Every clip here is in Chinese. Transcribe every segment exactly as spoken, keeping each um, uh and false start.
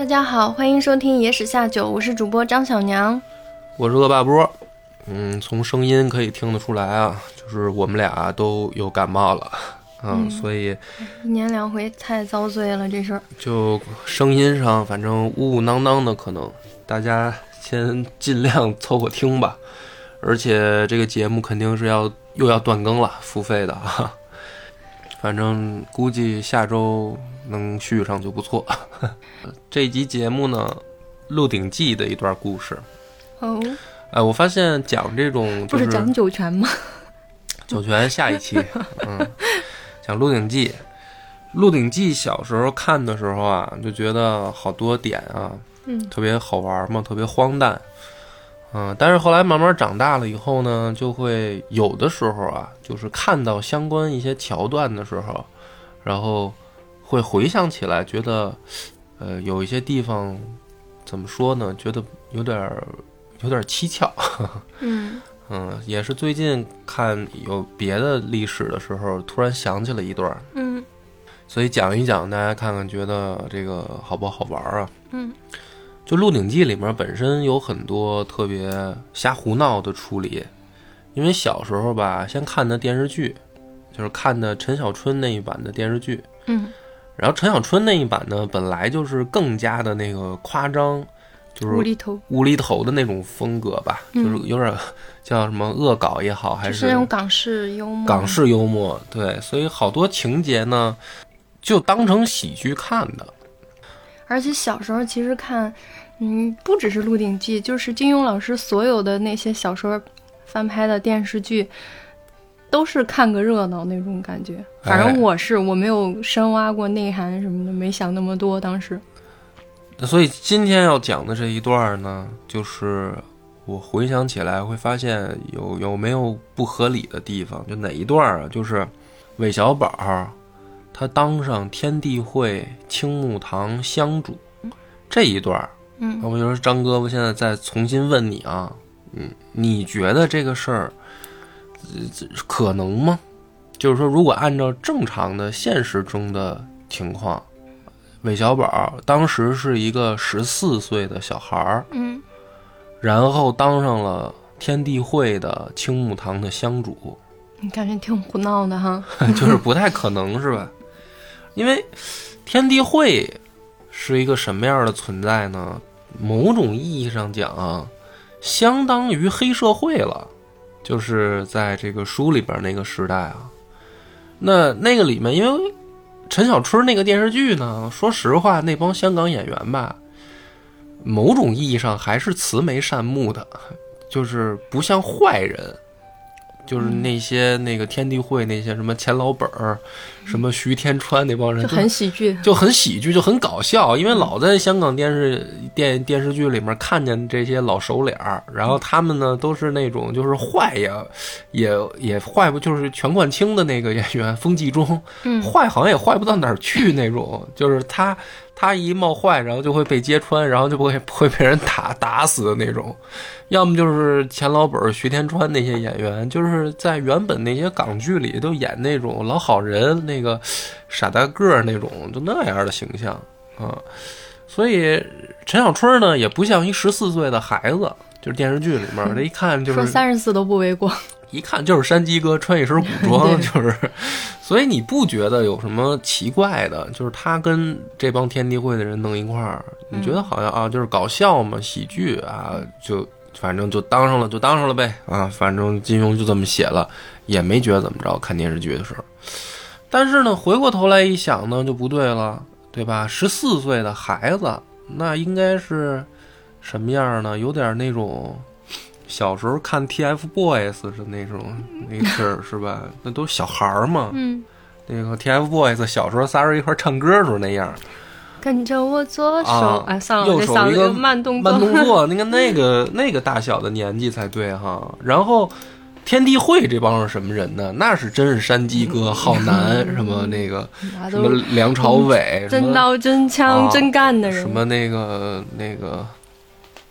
大家好，欢迎收听野史下酒，我是主播张小娘， 我是恶霸波。嗯，从声音可以听得出来啊，就是我们俩都有感冒了，嗯，嗯所以一年两回太遭罪了这事儿。 就声音上反正呜呜囔囔的，可能大家先尽量凑合听吧。而且这个节目肯定是要又要断更了，付费的啊。反正估计下周能续上就不错。这集节目呢，《鹿鼎记》的一段故事。 哦， 哎，我发现讲这种、就是、 不是讲酒泉吗？ 酒泉下一期，嗯，讲《鹿鼎记》。《鹿鼎记》小时候看的时候啊，就觉得好多点啊， 嗯， 特别好玩嘛，特别荒诞。嗯，但是后来慢慢长大了以后呢，就会有的时候啊，就是看到相关一些桥段的时候，然后会回想起来，觉得，呃，有一些地方怎么说呢？觉得有点有点蹊跷。 嗯嗯，也是最近看有别的历史的时候，突然想起了一段。 嗯， 所以讲一讲，大家看看，觉得这个好不好玩啊？ 嗯。 就《鹿鼎记》里面本身有很多特别瞎胡闹的处理，因为小时候吧，先看的电视剧，就是看的陈小春那一版的电视剧， 嗯， 然后陈小春那一版呢，本来就是更加的那个夸张，就是无厘头无厘头的那种风格吧， 嗯、 就是有点叫什么恶搞也好，还是就是那种港式幽默， 港式幽默，对，所以好多情节呢，就当成喜剧看的。 而且小时候其实看，嗯，不只是《鹿鼎记》，就是金庸老师所有的那些小说翻拍的电视剧，都是看个热闹那种感觉。反正我是、哎、我没有深挖过内涵什么的，没想那么多当时。 所以今天要讲的这一段呢，就是我回想起来会发现有有没有不合理的地方。就哪一段啊？就是韦小宝他当上天地会青木堂香主这一段， 嗯， 我就说张哥，我现在再重新问你啊，嗯，你觉得这个事儿、呃、可能吗？就是说，如果按照正常的现实中的情况，韦小宝当时是一个十四岁的小孩， 嗯， 然后当上了天地会的青木堂的香主， 你感觉挺胡闹的哈， 就是不太可能是吧？因为天地会是一个什么样的存在呢？某种意义上讲啊，相当于黑社会了，就是在这个书里边那个时代啊。那那个里面，因为陈小春那个电视剧呢，说实话，那帮香港演员吧，某种意义上还是慈眉善目的，就是不像坏人。就是那些那个天地会那些什么钱老本儿、嗯、什么徐天川那帮人， 就很喜剧， 就很喜剧，就很搞笑。因为老在香港电视电电视剧里面看见这些老熟脸儿，然后他们呢都是那种就是坏呀，也也坏不就是全冠清的那个演员风纪中， 嗯， 坏好像也坏不到哪儿去那种，就是他他一冒坏，然后就会被揭穿，然后就会会被人打打死的那种。要么就是钱老本、徐天川那些演员，就是在原本那些港剧里都演那种老好人，那个傻大个那种，就那样的形象啊。所以陈小春呢，也不像一十四岁的孩子，就是电视剧里面，他一看就是说三十四都不为过， 一看就是山鸡哥穿一身古装，就是，所以你不觉得有什么奇怪的？就是他跟这帮天地会的人弄一块儿，你觉得好像啊，就是搞笑嘛，喜剧啊，就。反正就当上了就当上了呗啊，反正金庸就这么写了，也没觉得怎么着。看电视剧的时候，但是呢，回过头来一想呢，就不对了，对吧？十四岁的孩子，那应该是什么样呢？有点那种小时候看 T F Boys 是那种那个事儿是吧？那都小孩嘛， 嗯， 那个 T F Boys 小时候仨人一块唱歌的时候那样。 跟着我左手， 啊， 啊算了， 右手一个慢动作， 慢动作，那个那个那个大小的年纪才对哈。然后天地会这帮是什么人呢？那是真是山鸡哥、浩南，什么那个什么梁朝伟， 真刀真枪真干的人， 什么那个那个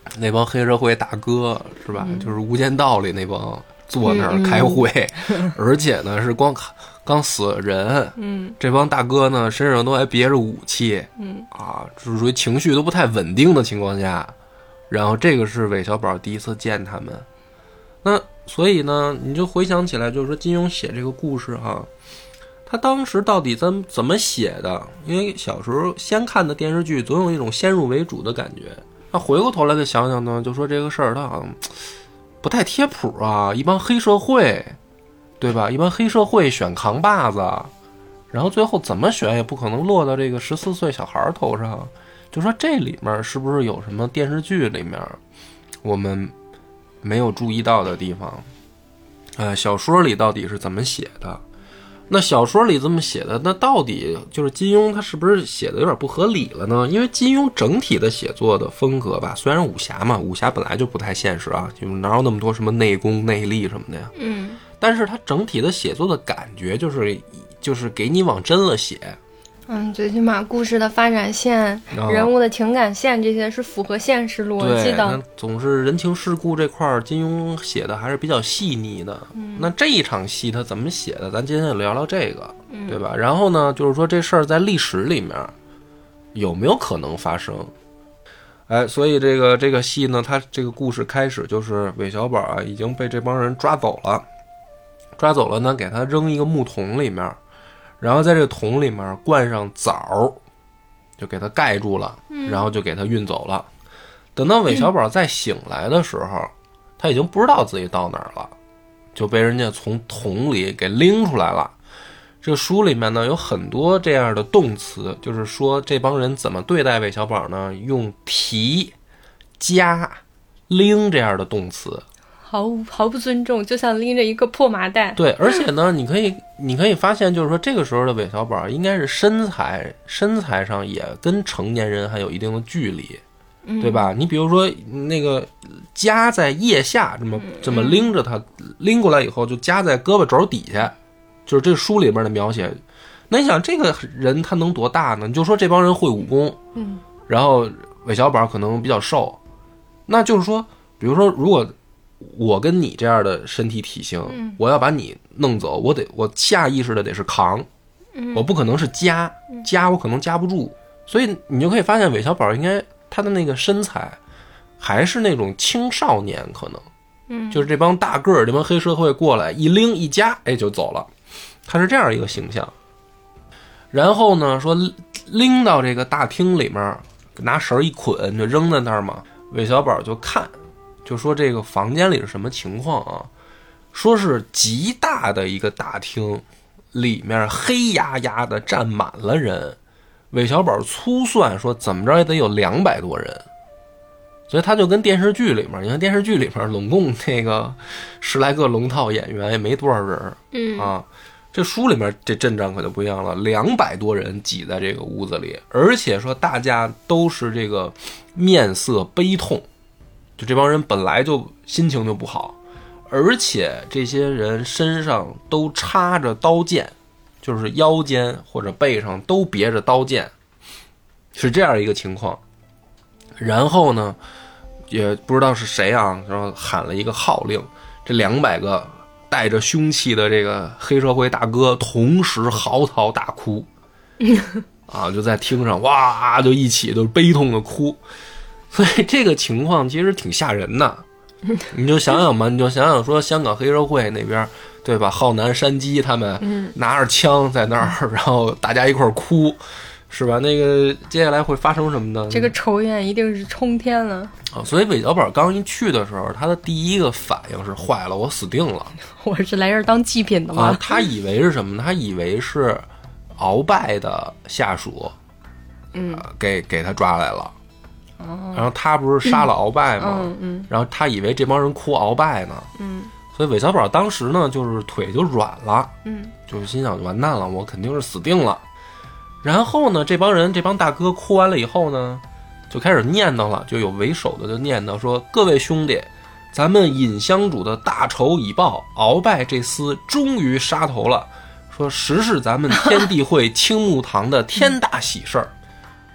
那帮黑社会大哥是吧？嗯、就是《无间道》里那帮坐那儿开会，嗯嗯、而且呢是光刚死了人， 嗯， 这帮大哥呢身上都还别着武器， 嗯啊，就是属于情绪都不太稳定的情况下，然后这个是韦小宝第一次见他们，那所以呢，你就回想起来，就是说金庸写这个故事哈、啊。他当时到底怎怎么写的？因为小时候先看的电视剧，总有一种先入为主的感觉。那回过头来再想想呢，就说这个事儿，他好像不太贴谱啊。一帮黑社会，对吧？一帮黑社会选扛把子，然后最后怎么选也不可能落到这个十四岁小孩头上。就说这里面是不是有什么电视剧里面我们没有注意到的地方？呃，小说里到底是怎么写的？那小说里这么写的，那到底就是金庸他是不是写的有点不合理了呢？因为金庸整体的写作的风格吧，虽然武侠嘛，武侠本来就不太现实啊，就哪有那么多什么内功内力什么的呀？ 嗯， 但是他整体的写作的感觉就是就是给你往真了写。 嗯，最起码故事的发展线、哦、人物的情感线这些是符合现实逻辑的。 对，总是人情世故这块金庸写的还是比较细腻的。 嗯， 那这一场戏他怎么写的？咱今天就聊聊这个， 嗯、 对吧？然后呢，就是说这事儿在历史里面有没有可能发生？哎，所以这个这个戏呢，他这个故事开始就是韦小宝啊已经被这帮人抓走了，抓走了呢，给他扔一个木桶里面。然后在这个桶里面灌上枣，就给他盖住了，然后就给他运走了。等到韦小宝再醒来的时候，他已经不知道自己到哪儿了，就被人家从桶里给拎出来了。这个书里面呢有很多这样的动词，就是说这帮人怎么对待韦小宝呢？用提、夹、拎这样的动词。 毫无毫不尊重，就像拎着一个破麻袋。 对，而且呢，你可以你可以发现，就是说这个时候的韦小宝应该是身材身材上也跟成年人还有一定的距离， 嗯、 对吧？你比如说那个夹在腋下，这么这么拎着它，拎过来以后就夹在胳膊肘底下，就是这书里边的描写。那你想这个人他能多大呢？你就说这帮人会武功， 嗯， 然后韦小宝可能比较瘦，那就是说，比如说如果我跟你这样的身体体型、 嗯、 我要把你弄走，我得我下意识的得是扛、 嗯、 我不可能是夹夹我可能夹不住，所以你就可以发现韦小宝应该他的那个身材还是那种青少年，可能、 嗯、 就是这帮大个儿这帮黑社会过来一拎一夹，哎就走了，他是这样一个形象。然后呢说拎到这个大厅里面，拿绳一捆就扔在那儿嘛，韦小宝就看，就说这个房间里是什么情况啊？说是极大的一个大厅，里面黑压压的站满了人。韦小宝粗算说怎么着也得有两百多人，所以他就跟电视剧里面，你看电视剧里面拢共那个十来个龙套演员也没多少人， 嗯啊，这书里面这阵仗可就不一样了，两百多人挤在这个屋子里，而且说大家都是这个面色悲痛。就这帮人本来就心情就不好，而且这些人身上都插着刀剑，就是腰间或者背上都别着刀剑，是这样一个情况。然后呢，也不知道是谁啊，然后喊了一个号令，这两百个带着凶器的这个黑社会大哥同时嚎啕大哭，啊，就在厅上哇，就一起就悲痛的哭。所以这个情况其实挺吓人的，你就想想吧，你就想想说香港黑社会那边，对吧？浩南、山鸡他们拿着枪在那儿，然后大家一块儿哭，是吧？那个接下来会发生什么呢？ 这个仇怨一定是冲天了啊！所以韦小宝刚一去的时候，他的第一个反应是坏了，我死定了， 我是来这儿当祭品的吗？ 啊，他以为是什么呢？他以为是鳌拜的下属， 嗯， 呃、给给他抓来了。 哦、 然后他不是杀了鳌拜吗、 嗯嗯？ 然后他以为这帮人哭鳌拜呢， 嗯， 所以韦小宝当时呢就是腿就软了， 嗯， 就是心想完蛋了，我肯定是死定了。然后呢，这帮人这帮大哥哭完了以后呢，就开始念叨了，就有为首的就念叨说：各位兄弟，咱们尹香主的大仇已报，鳌拜这厮终于杀头了，说实是咱们天地会青木堂的天大喜事儿。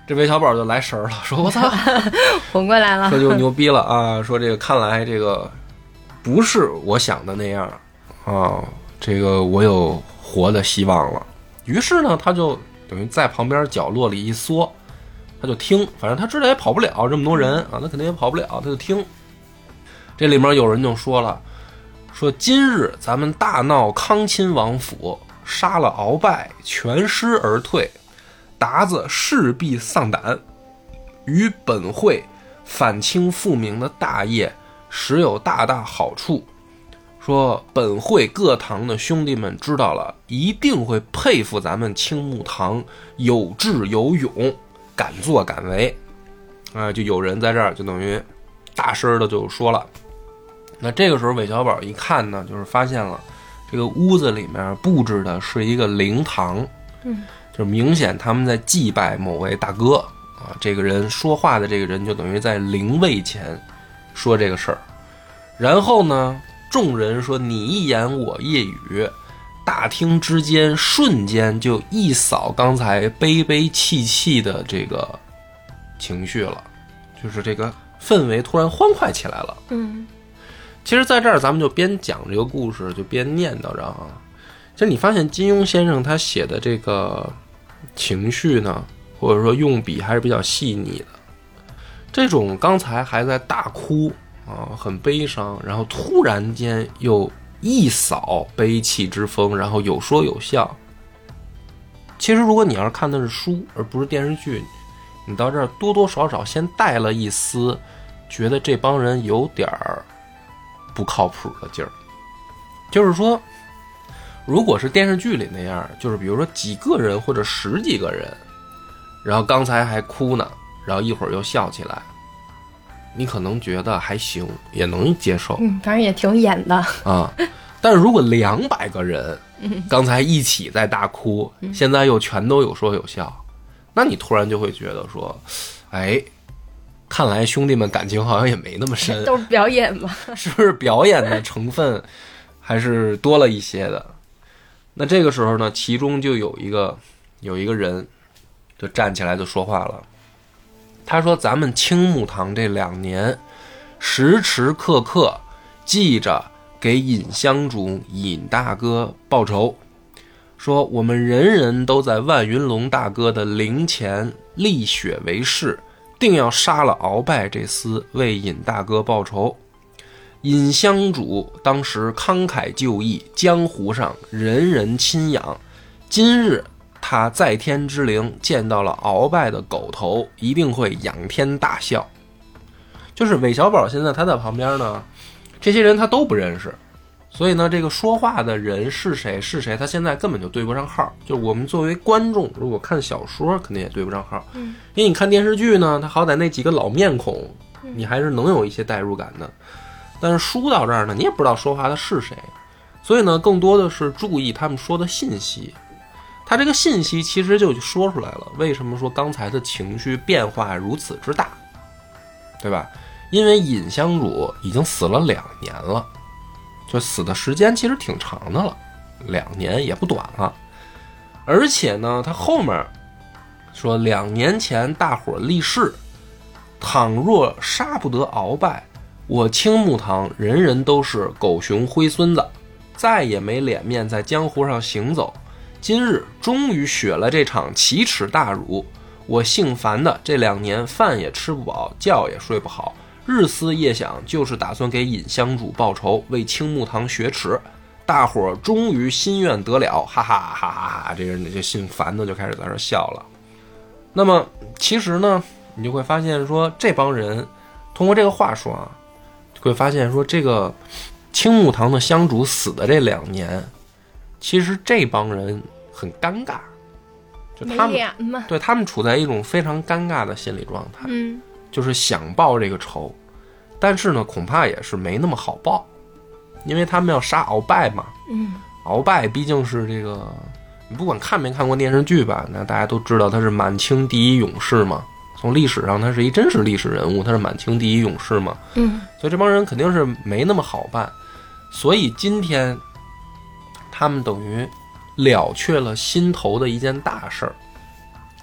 这韦小宝就来神儿了，说我操， 混过来了， 这就牛逼了啊！说这个看来这个不是我想的那样啊，这个我有活的希望了。于是呢，他就等于在旁边角落里一缩，他就听，反正他知道也跑不了这么多人啊，他肯定也跑不了，他就听。这里面有人就说了，说今日咱们大闹康亲王府，杀了鳌拜，全尸而退，达子势必丧胆，于本会反清复明的大业实有大大好处。说本会各堂的兄弟们知道了，一定会佩服咱们青木堂有志有勇，敢作敢为啊！就有人在这儿就等于大声的就说了。那这个时候韦小宝一看呢，就是发现了这个屋子里面布置的是一个灵堂， 嗯， 就是明显他们在祭拜某位大哥啊。这个人说话的这个人就等于在灵位前说这个事儿。然后呢，众人说你一言我一语，大厅之间瞬间就一扫刚才悲悲戚戚的这个情绪了，就是这个氛围突然欢快起来了。 嗯， 其实在这儿咱们就边讲这个故事就边念叨着啊。其实你发现金庸先生他写的这个情绪呢，或者说用笔还是比较细腻的。这种刚才还在大哭啊，很悲伤，然后突然间又一扫悲戚之风，然后有说有笑。其实如果你要是看的是书而不是电视剧，你到这儿多多少少先带了一丝觉得这帮人有点不靠谱的劲儿。就是说如果是电视剧里那样，就是比如说几个人或者十几个人，然后刚才还哭呢，然后一会儿又笑起来，你可能觉得还行，也能接受， 嗯，反正也挺演的啊。但是如果两百个人刚才一起在大哭， 嗯， 现在又全都有说有笑，那你突然就会觉得说，哎，看来兄弟们感情好像也没那么深， 都是表演吧？ 是不是表演的成分还是多了一些的？那这个时候呢，其中就有一个有一个人就站起来就说话了。他说咱们青木堂这两年时时刻刻记着给尹香主尹大哥报仇，说我们人人都在万云龙大哥的灵前立血为誓，定要杀了鳌拜这厮，为尹大哥报仇。尹香主当时慷慨就义，江湖上人人亲仰，今日他在天之灵见到了鳌拜的狗头，一定会仰天大笑。就是韦小宝现在他在旁边呢，这些人他都不认识，所以呢这个说话的人是谁是谁他现在根本就对不上号。就我们作为观众如果看小说肯定也对不上号， 嗯， 因为你看电视剧呢，他好歹那几个老面孔你还是能有一些代入感的，但是书到这儿呢，你也不知道说话的是谁，所以呢更多的是注意他们说的信息。他这个信息其实就说出来了，为什么说刚才的情绪变化如此之大，对吧？因为尹香主已经死了两年了，就死的时间其实挺长的了，两年也不短了。而且呢他后面说两年前大伙立誓，倘若杀不得鳌拜，我青木堂人人都是狗熊灰孙子，再也没脸面在江湖上行走。今日终于雪了这场奇耻大辱，我姓樊的这两年饭也吃不饱，觉也睡不好，日思夜想，就是打算给尹香主报仇，为青木堂雪耻。大伙儿终于心愿得了，哈哈哈哈哈！这人这姓樊的就开始在这笑了。那么其实呢，你就会发现说，这帮人通过这个话说啊，就会发现说，这个青木堂的香主死的这两年，其实这帮人很尴尬，就他们对他们处在一种非常尴尬的心理状态， 嗯， 就是想报这个仇，但是呢，恐怕也是没那么好报，因为他们要杀鳌拜嘛， 嗯， 鳌拜毕竟是这个，你不管看没看过电视剧吧，那大家都知道他是满清第一勇士嘛，从历史上他是一真实历史人物，他是满清第一勇士嘛， 嗯， 所以这帮人肯定是没那么好办，所以今天他们等于了却了心头的一件大事儿，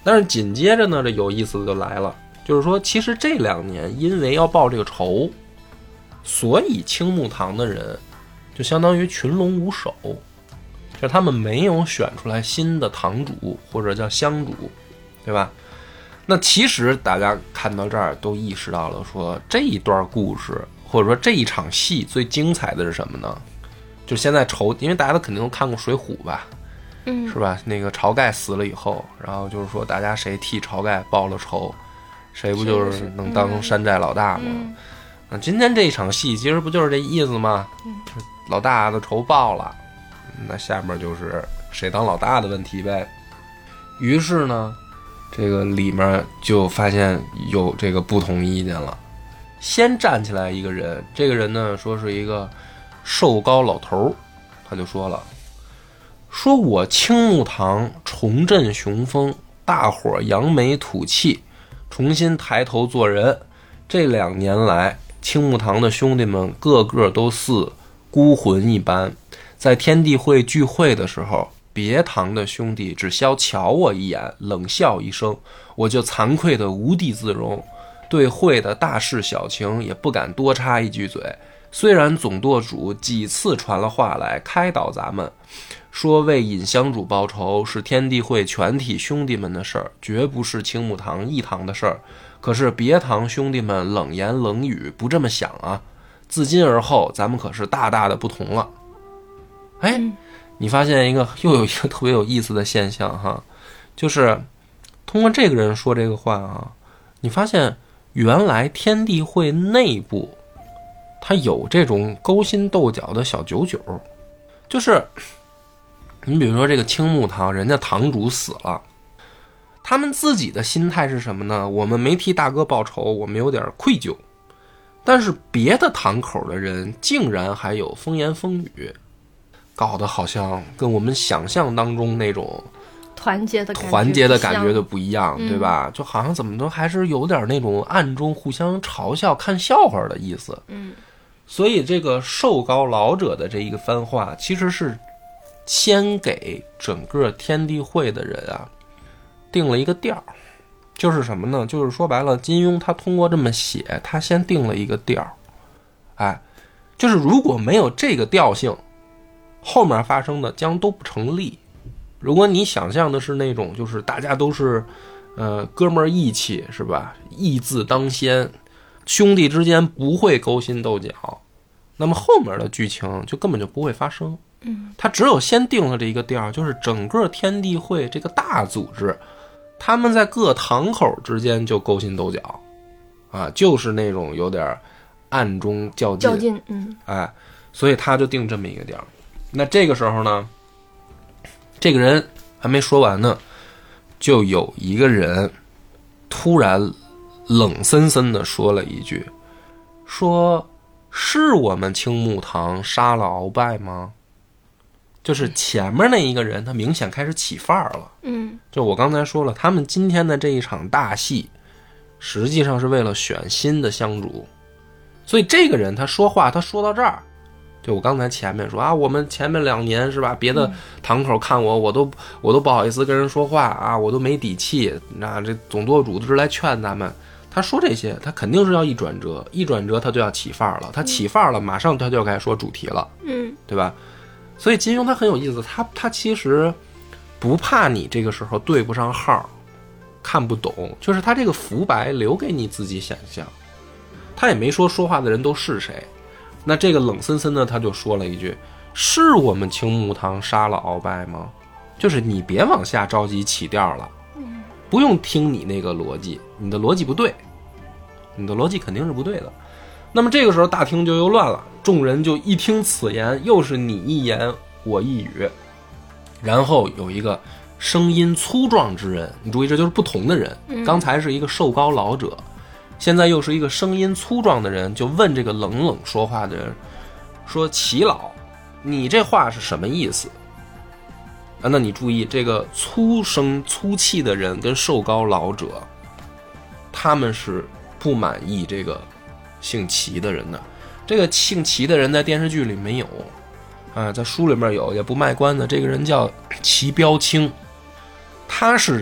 但是紧接着呢，这有意思的就来了，就是说其实这两年因为要报这个仇，所以青木堂的人就相当于群龙无首，就是他们没有选出来新的堂主或者叫乡主，对吧？那其实大家看到这儿都意识到了，说这一段故事或者说这一场戏最精彩的是什么呢？就现在仇，因为大家都肯定都看过《水浒》吧， 嗯， 是吧？那个晁盖死了以后，然后就是说大家谁替晁盖报了仇，谁不就是能当山寨老大吗？ 嗯那今天这一场戏其实不就是这意思吗？ 嗯， 老大的仇报了，那下面就是谁当老大的问题呗。于是呢，这个里面就发现有这个不同意见了。先站起来一个人，这个人呢说是一个瘦高老头，他就说了，说我青木堂重振雄风，大伙扬眉吐气，重新抬头做人。这两年来，青木堂的兄弟们个个都似孤魂一般，在天地会聚会的时候，别堂的兄弟只消瞧我一眼，冷笑一声，我就惭愧的无地自容，对会的大事小情也不敢多插一句嘴。虽然总舵主几次传了话来开导咱们，说为尹乡主报仇是天地会全体兄弟们的事儿，绝不是青木堂一堂的事儿。可是别堂兄弟们冷言冷语，不这么想啊！自今而后，咱们可是大大的不同了。哎，你发现一个又有一个特别有意思的现象哈，就是通过这个人说这个话啊，你发现原来天地会内部他有这种勾心斗角的小九九，就是你比如说这个青木堂，人家堂主死了，他们自己的心态是什么呢？我们没替大哥报仇，我们有点愧疚。但是别的堂口的人竟然还有风言风语，搞得好像跟我们想象当中那种团结的感觉团结的感觉就不一样， 嗯、 对吧？就好像怎么都还是有点那种暗中互相嘲笑、看笑话的意思。 嗯， 所以这个寿高老者的这一个番话，其实是先给整个天地会的人啊定了一个调，就是什么呢？就是说白了，金庸他通过这么写，他先定了一个调，哎，就是如果没有这个调性，后面发生的将都不成立。如果你想象的是那种，就是大家都是，呃，哥们儿义气，是吧？义字当先，兄弟之间不会勾心斗角，那么后面的剧情就根本就不会发生。 嗯， 他只有先定了这一个调，就是整个天地会这个大组织，他们在各堂口之间就勾心斗角，啊，就是那种有点暗中较劲， 较劲，嗯， 哎，所以他就定这么一个调。那这个时候呢，这个人还没说完呢，就有一个人突然冷森森地说了一句，说是我们青木堂杀了鳌拜吗？就是前面那一个人他明显开始起范儿了。 嗯， 就我刚才说了，他们今天的这一场大戏实际上是为了选新的乡主，所以这个人他说话，他说到这儿，就我刚才前面说啊，我们前面两年是吧，别的堂口看我，我都我都不好意思跟人说话啊，我都没底气，那这总舵主是来劝咱们，他说这些，他肯定是要一转折，一转折他就要起范儿了，他起范儿了，马上他就该说主题了， 嗯， 对吧？所以金庸他很有意思，他他其实不怕你这个时候对不上号，看不懂，就是他这个浮白留给你自己想象，他也没说说话的人都是谁。那这个冷森森的他就说了一句，是我们青木堂杀了鳌拜吗？就是你别往下着急起调了，不用听你那个逻辑，你的逻辑不对，你的逻辑肯定是不对的。那么这个时候大厅就又乱了，众人就一听此言，又是你一言我一语，然后有一个声音粗壮之人，你注意这就是不同的人，刚才是一个瘦高老者，现在又是一个声音粗壮的人，就问这个冷冷说话的人说，齐老，你这话是什么意思啊？那你注意这个粗声粗气的人跟瘦高老者，他们是不满意这个姓齐的人的。这个姓齐的人在电视剧里没有啊，在书里面有，也不卖关子。这个人叫齐标清，他是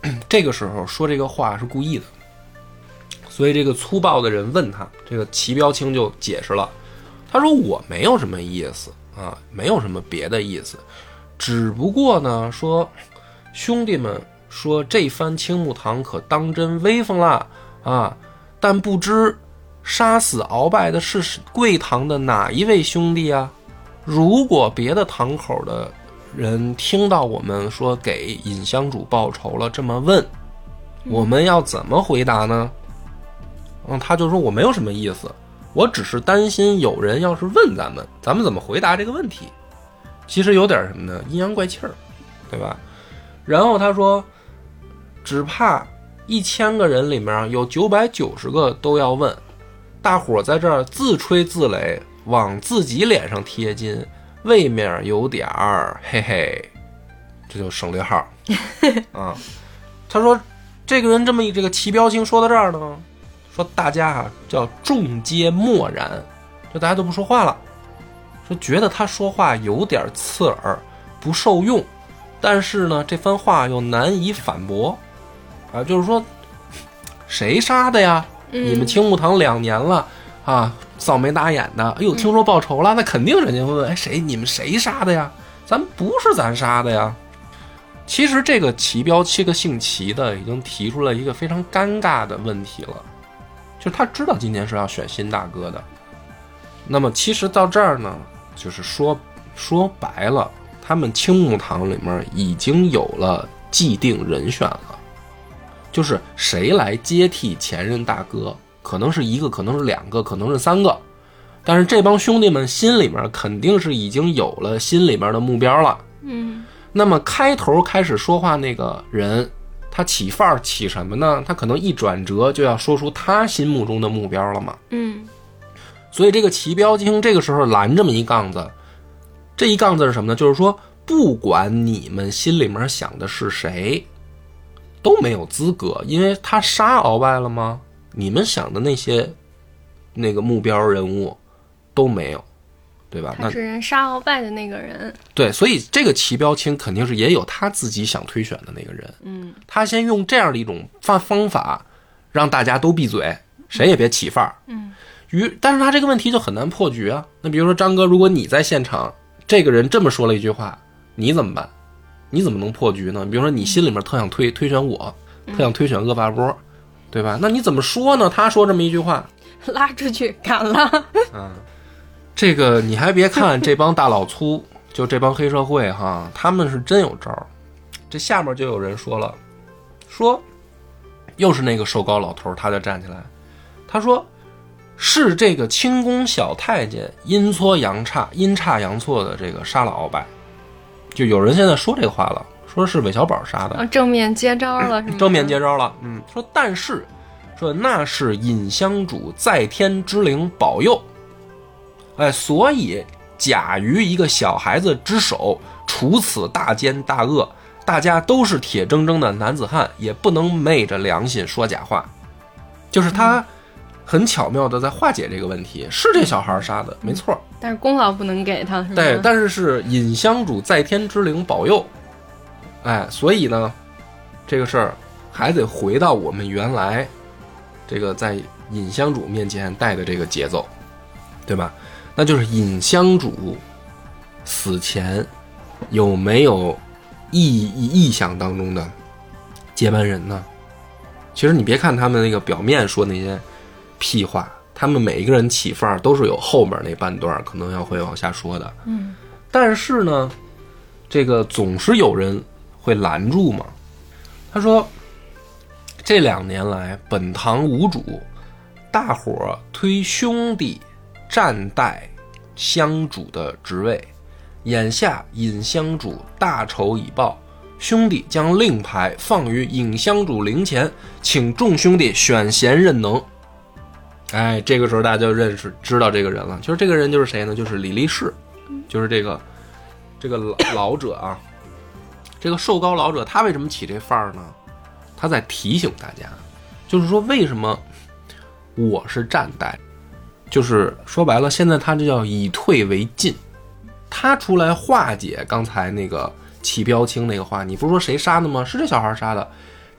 这个时候说这个话是故意的，所以这个粗暴的人问他，这个齐标清就解释了，他说我没有什么意思啊，没有什么别的意思，只不过呢说兄弟们说这番青木堂可当真威风了啊，但不知杀死鳌拜的是贵堂的哪一位兄弟啊？如果别的堂口的人听到我们说给尹香主报仇了这么问，我们要怎么回答呢？嗯，他就说我没有什么意思，我只是担心有人要是问咱们，咱们怎么回答这个问题？其实有点什么呢？阴阳怪气儿，对吧？然后他说，只怕一千个人里面有九百九十个都要问，大伙在这儿自吹自擂，往自己脸上贴金，未免有点儿嘿嘿，这就省略号啊。他说，这个人这么一这个齐标清说到这儿呢。说大家啊叫众皆默然，就大家都不说话了，说觉得他说话有点刺耳，不受用，但是呢这番话又难以反驳啊，就是说谁杀的呀？嗯、你们青木堂两年了啊，扫眉打眼的，哎呦，听说报仇了，那肯定人家会问，哎，谁你们谁杀的呀？咱不是咱杀的呀。其实这个齐标七个姓齐的已经提出了一个非常尴尬的问题了。就是他知道今年是要选新大哥的，那么其实到这儿呢，就是说说白了，他们青木堂里面已经有了既定人选了，就是谁来接替前任大哥，可能是一个，可能是两个，可能是三个，但是这帮兄弟们心里面肯定是已经有了心里面的目标了。 嗯， 那么开头开始说话那个人。他起范儿起什么呢？他可能一转折就要说出他心目中的目标了嘛。 嗯， 所以这个齐标清这个时候拦这么一杠子，这一杠子是什么呢？就是说，不管你们心里面想的是谁，都没有资格，因为他杀鳌拜了吗？你们想的那些那个目标人物都没有。对吧？ 他是人杀鳌拜的那个人。 对，所以这个齐标清肯定是也有他自己想推选的那个人。 嗯， 他先用这样的一种方方法，让大家都闭嘴，谁也别起范儿。 嗯， 于但是他这个问题就很难破局啊。那比如说张哥，如果你在现场，这个人这么说了一句话，你怎么办？你怎么能破局呢？比如说你心里面特想推推选我，特想推选恶霸波，对吧？那你怎么说呢？他说这么一句话， 拉出去砍了。 嗯。这个你还别看这帮大老粗，就这帮黑社会哈，他们是真有招。这下面就有人说了，说又是那个瘦高老头，他就站起来，他说是这个清宫小太监阴错阳差阴差阳错的这个杀了鳌拜，就有人现在说这个话了，说是韦小宝杀的， 啊、正面接招了，是吗？ 正面接招了，嗯，说但是说那是尹香主在天之灵保佑。哎，所以假于一个小孩子之手，除此大奸大恶，大家都是铁铮铮的男子汉，也不能昧着良心说假话。就是他很巧妙的在化解这个问题，是这小孩杀的，没错， 但是功劳不能给他，是吧？ 对，但是是尹香主在天之灵保佑。哎，所以呢，这个事儿还得回到我们原来这个在尹香主面前带的这个节奏，对吧？那就是尹香主死前有没有意意想当中的接班人呢？其实你别看他们那个表面说那些屁话，他们每一个人起范儿都是有后面那半段可能要会往下说的。 嗯， 但是呢，这个总是有人会拦住嘛。他说，这两年来，本堂无主，大伙推兄弟暂代香主的职位，眼下尹香主大仇已报，兄弟将令牌放于尹香主灵前，请众兄弟选贤任能。哎，这个时候大家就认识知道这个人了，就是这个人就是谁呢？就是李力士，就是这个这个老老者啊，这个瘦高老者，他为什么起这范儿呢？他在提醒大家，就是说为什么我是站代。就是说白了，现在他这叫以退为进，他出来化解刚才那个齐标清那个话，你不是说谁杀的吗？是这小孩杀的，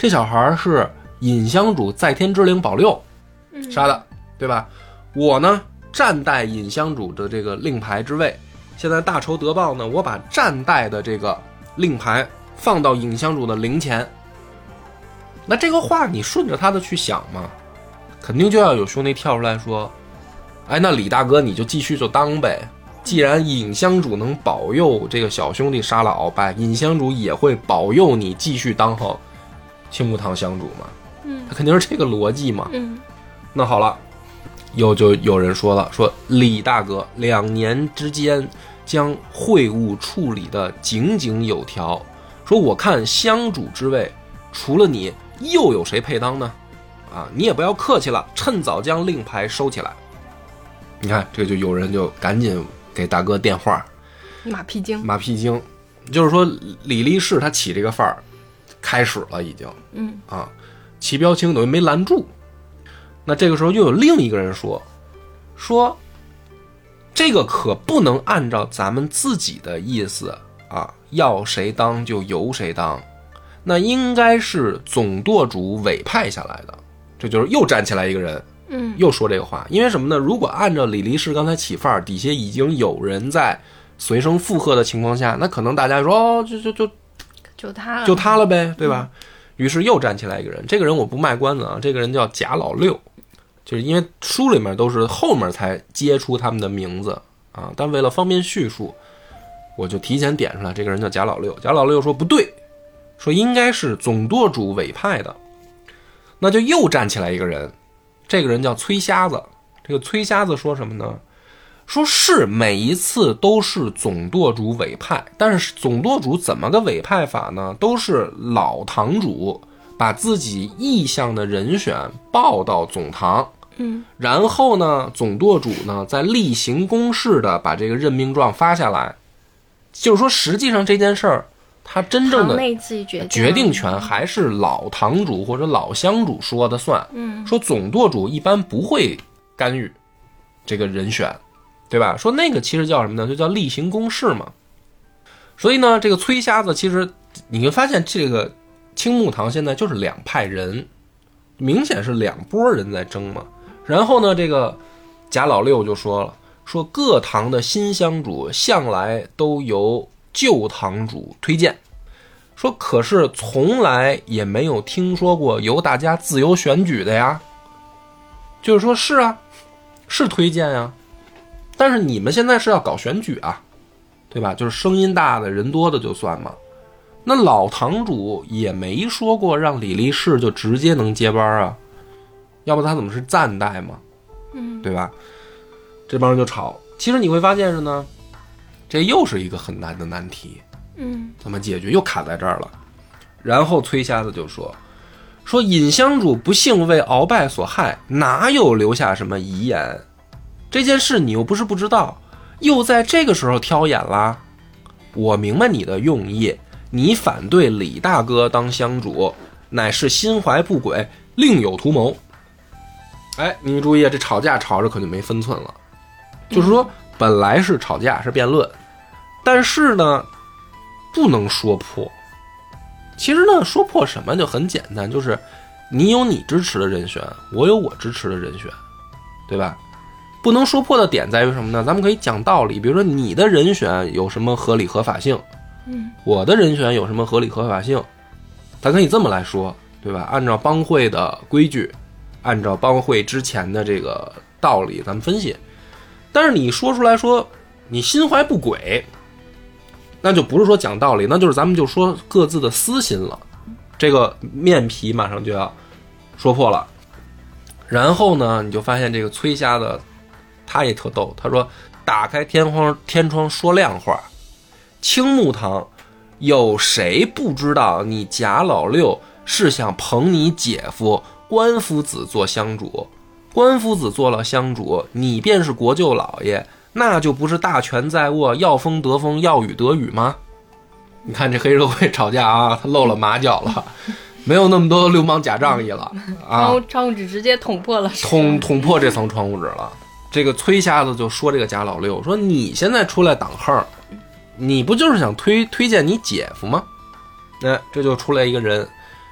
这小孩是尹香主在天之灵保佑杀的，对吧？我呢暂代尹香主的这个令牌之位，现在大仇得报呢，我把暂代的这个令牌放到尹香主的灵前。那这个话你顺着他的去想嘛，肯定就要有兄弟跳出来说，哎，那李大哥你就继续就当呗，既然尹香主能保佑这个小兄弟杀了鳌拜，尹香主也会保佑你继续当好青木堂香主嘛，嗯，他肯定是这个逻辑嘛，嗯，那好了，又就有人说了，说李大哥两年之间将会务处理的井井有条，说我看香主之位除了你又有谁配当呢？啊，你也不要客气了，趁早将令牌收起来。你看，这就有人就赶紧给大哥电话， 马屁精， 马屁精，就是说李立士他起这个范儿开始了，已经，嗯啊，齐彪清等于没拦住。那这个时候又有另一个人说，说这个可不能按照咱们自己的意思啊，要谁当就由谁当。那应该是总舵主委派下来的，这就是又站起来一个人，嗯，又说这个话。因为什么呢？如果按照李立士刚才起范儿，底下已经有人在随声附和的情况下，那可能大家说哦，就就就就他了， 就他了呗，对吧？嗯、于是又站起来一个人，这个人我不卖关子啊，这个人叫贾老六，就是因为书里面都是后面才接出他们的名字啊，但为了方便叙述，我就提前点出来，这个人叫贾老六。贾老六说不对。说应该是总舵主委派的，那就又站起来一个人，这个人叫崔瞎子。这个崔瞎子说什么呢？说是每一次都是总舵主委派，但是总舵主怎么个委派法呢？都是老堂主把自己意向的人选报到总堂，嗯，然后呢，总舵主呢再例行公事的把这个任命状发下来，就是说实际上这件事儿。他真正的决定权还是老堂主或者老乡主说的算，嗯，说总舵主一般不会干预这个人选，对吧？说那个其实叫什么呢？就叫例行公事嘛。所以呢，这个崔瞎子其实你会发现，这个青木堂现在就是两派人，明显是两拨人在争嘛。然后呢，这个贾老六就说了，说各堂的新乡主向来都由旧堂主推荐，说可是从来也没有听说过由大家自由选举的呀。就是说是啊，是推荐呀，但是你们现在是要搞选举啊，对吧？就是声音大的人多的就算嘛。那老堂主也没说过让李立士就直接能接班啊，要不他怎么是暂代嘛，嗯，对吧？这帮人就吵。其实你会发现是呢，这又是一个很难的难题，嗯，怎么解决？又卡在这儿了。然后崔瞎子就说：“说尹香主不幸为鳌拜所害，哪有留下什么遗言？这件事你又不是不知道，又在这个时候挑眼啦。我明白你的用意，你反对李大哥当香主，乃是心怀不轨，另有图谋。哎，你注意，这吵架吵着可就没分寸了，就是说本来是吵架是辩论。”但是呢，不能说破。其实呢，说破什么就很简单，就是你有你支持的人选，我有我支持的人选，对吧？不能说破的点在于什么呢？咱们可以讲道理，比如说你的人选有什么合理合法性，嗯，我的人选有什么合理合法性，咱可以这么来说，对吧？按照帮会的规矩，按照帮会之前的这个道理，咱们分析。但是你说出来说你心怀不轨，那就不是说讲道理，那就是咱们就说各自的私心了，这个面皮马上就要说破了。然后呢，你就发现这个崔瞎的他也特逗，他说打开天窗天窗说亮话，青木堂有谁不知道你贾老六是想捧你姐夫关夫子做乡主，关夫子做了乡主，你便是国舅老爷，那就不是大权在握，要风得风，要雨得雨吗？你看这黑社会吵架啊，他露了马脚了，没有那么多流氓假仗义了啊！ 窗窗户纸直接捅破了， 捅捅破这层窗户纸了。这个崔瞎子就说这个贾老六说：“你现在出来挡横，你不就是想推推荐你姐夫吗？”那这就出来一个人，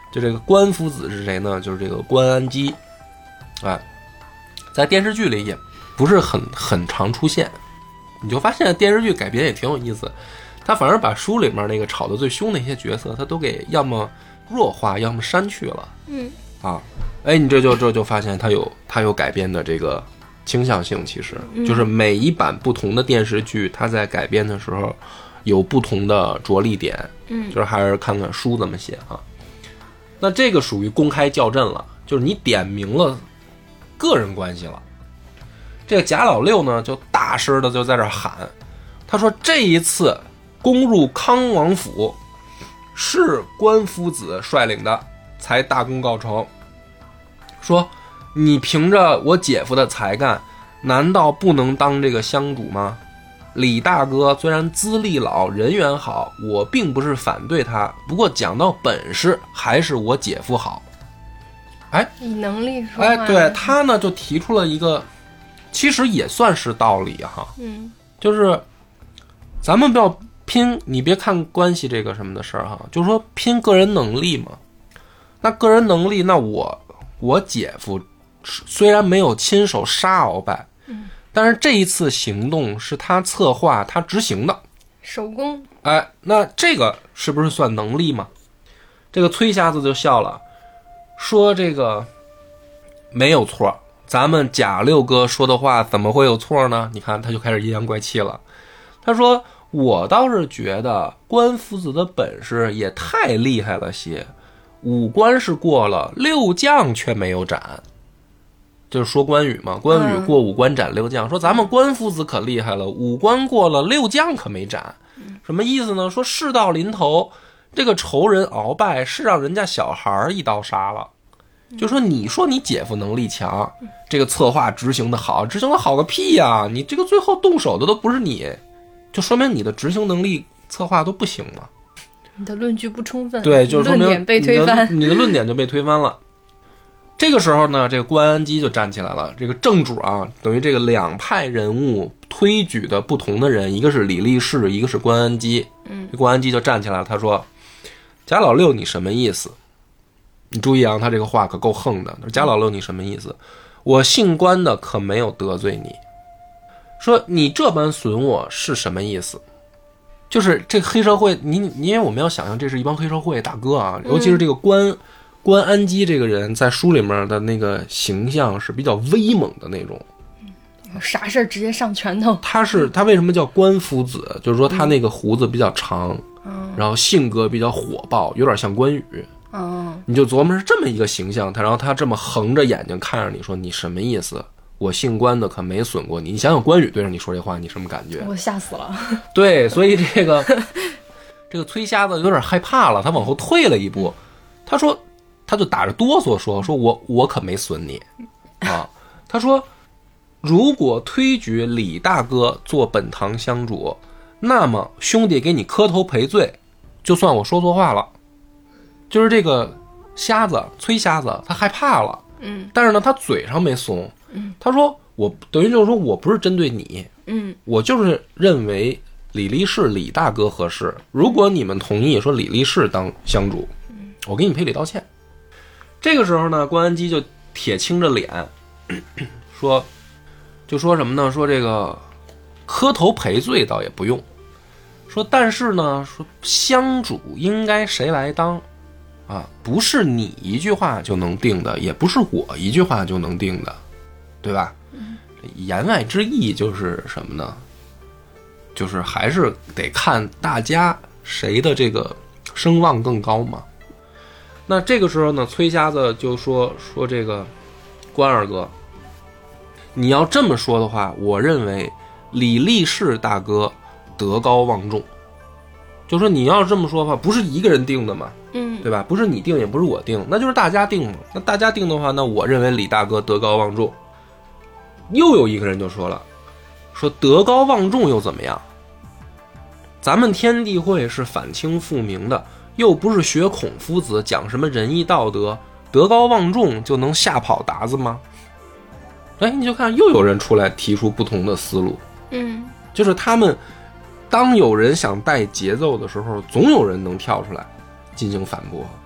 就这个关夫子是谁呢？就是这个关安基，哎，在电视剧里也不是很很常出现。你就发现电视剧改编也挺有意思，他反而把书里面那个吵得最凶的一些角色，他都给要么弱化，要么删去了。 嗯啊，哎，你这就这就发现他有他有改编的这个倾向性，其实就是每一版不同的电视剧，它在改编的时候有不同的着力点。嗯，就是还是看看书怎么写啊。那这个属于公开校正了，就是你点明了个人关系了。这个贾老六呢，就大声的就在这喊，他说这一次攻入康王府是关夫子率领的，才大功告成。说你凭着我姐夫的才干，难道不能当这个乡主吗？李大哥虽然资历老，人缘好，我并不是反对他，不过讲到本事，还是我姐夫好。哎， 以能力说话。 哎，对，他呢就提出了一个，其实也算是道理哈。 嗯， 就是咱们不要拼，你别看关系这个什么的事儿哈，就是说拼个人能力嘛。那个人能力，那我我姐夫虽然没有亲手杀鳌拜，嗯，但是这一次行动是他策划他执行的手工。 哎，那这个是不是算能力嘛？这个崔瞎子就笑了，说这个没有错，咱们贾六哥说的话怎么会有错呢？你看他就开始阴阳怪气了。他说我倒是觉得关夫子的本事也太厉害了些，五关是过了，六将却没有斩。就是说关羽嘛，关羽过五关斩六将，说咱们关夫子可厉害了，五关过了，六将可没斩。什么意思呢？说事到临头，这个仇人鳌拜是让人家小孩一刀杀了。就说你说你姐夫能力强，这个策划执行的好，执行的好个屁呀！你这个最后动手的都不是你，就说明你的执行能力策划都不行嘛。 你的论据不充分， 对，就是说明论点被推翻， 你的论点就被推翻了。这个时候呢，这个关安基就站起来了。这个正主啊，等于这个两派人物推举的不同的人，一个是李立士，一个是关安基。嗯，这关安基就站起来了，他说：“贾老六，你什么意思？你注意啊，他这个话可够横的。贾老六，你什么意思？我姓关的可没有得罪你。说你这般损我是什么意思？就是这个黑社会，你你因为我们要想象这是一帮黑社会大哥啊，尤其是这个关。嗯关安基这个人在书里面的那个形象是比较威猛的那种， 有啥事直接上拳头。 他是他为什么叫关夫子？就是说他那个胡子比较长， 嗯、 然后性格比较火爆，有点像关羽。 嗯， 你就琢磨是这么一个形象，他然后他这么横着眼睛看着你说你什么意思？我姓关的可没损过你。你想想关羽对着你说这话，你什么感觉？ 我吓死了。 对，所以这个这个崔瞎子有点害怕了，他往后退了一步，他说。他就打着哆嗦说：“说我我可没损你啊。”他说：“如果推举李大哥做本堂乡主，那么兄弟给你磕头赔罪，就算我说错话了。”就是这个瞎子崔瞎子，他害怕了， 嗯， 但是呢，他嘴上没怂， 嗯， 他说我等于就是说我不是针对你， 嗯， 我就是认为李立士李大哥合适。如果你们同意说李立士当乡主，我给你赔礼道歉。这个时候呢，关安基就铁青着脸说，就说什么呢？说这个磕头赔罪倒也不用，说但是呢，说乡主应该谁来当啊？不是你一句话就能定的，也不是我一句话就能定的，对吧？嗯、言外之意就是什么呢？就是还是得看大家谁的这个声望更高嘛。那这个时候呢，崔瞎子就说说这个关二哥，你要这么说的话，我认为李立士大哥德高望重。就说你要这么说的话，不是一个人定的嘛， 嗯， 对吧？不是你定，也不是我定，那就是大家定嘛。那大家定的话，那我认为李大哥德高望重。又有一个人就说了，说德高望重又怎么样？咱们天地会是反清复明的。又不是学孔夫子讲什么仁义道德，德高望重就能吓跑鞑子吗？哎，你就看又有人出来提出不同的思路， 嗯， 就是他们当有人想带节奏的时候，总有人能跳出来进行反驳，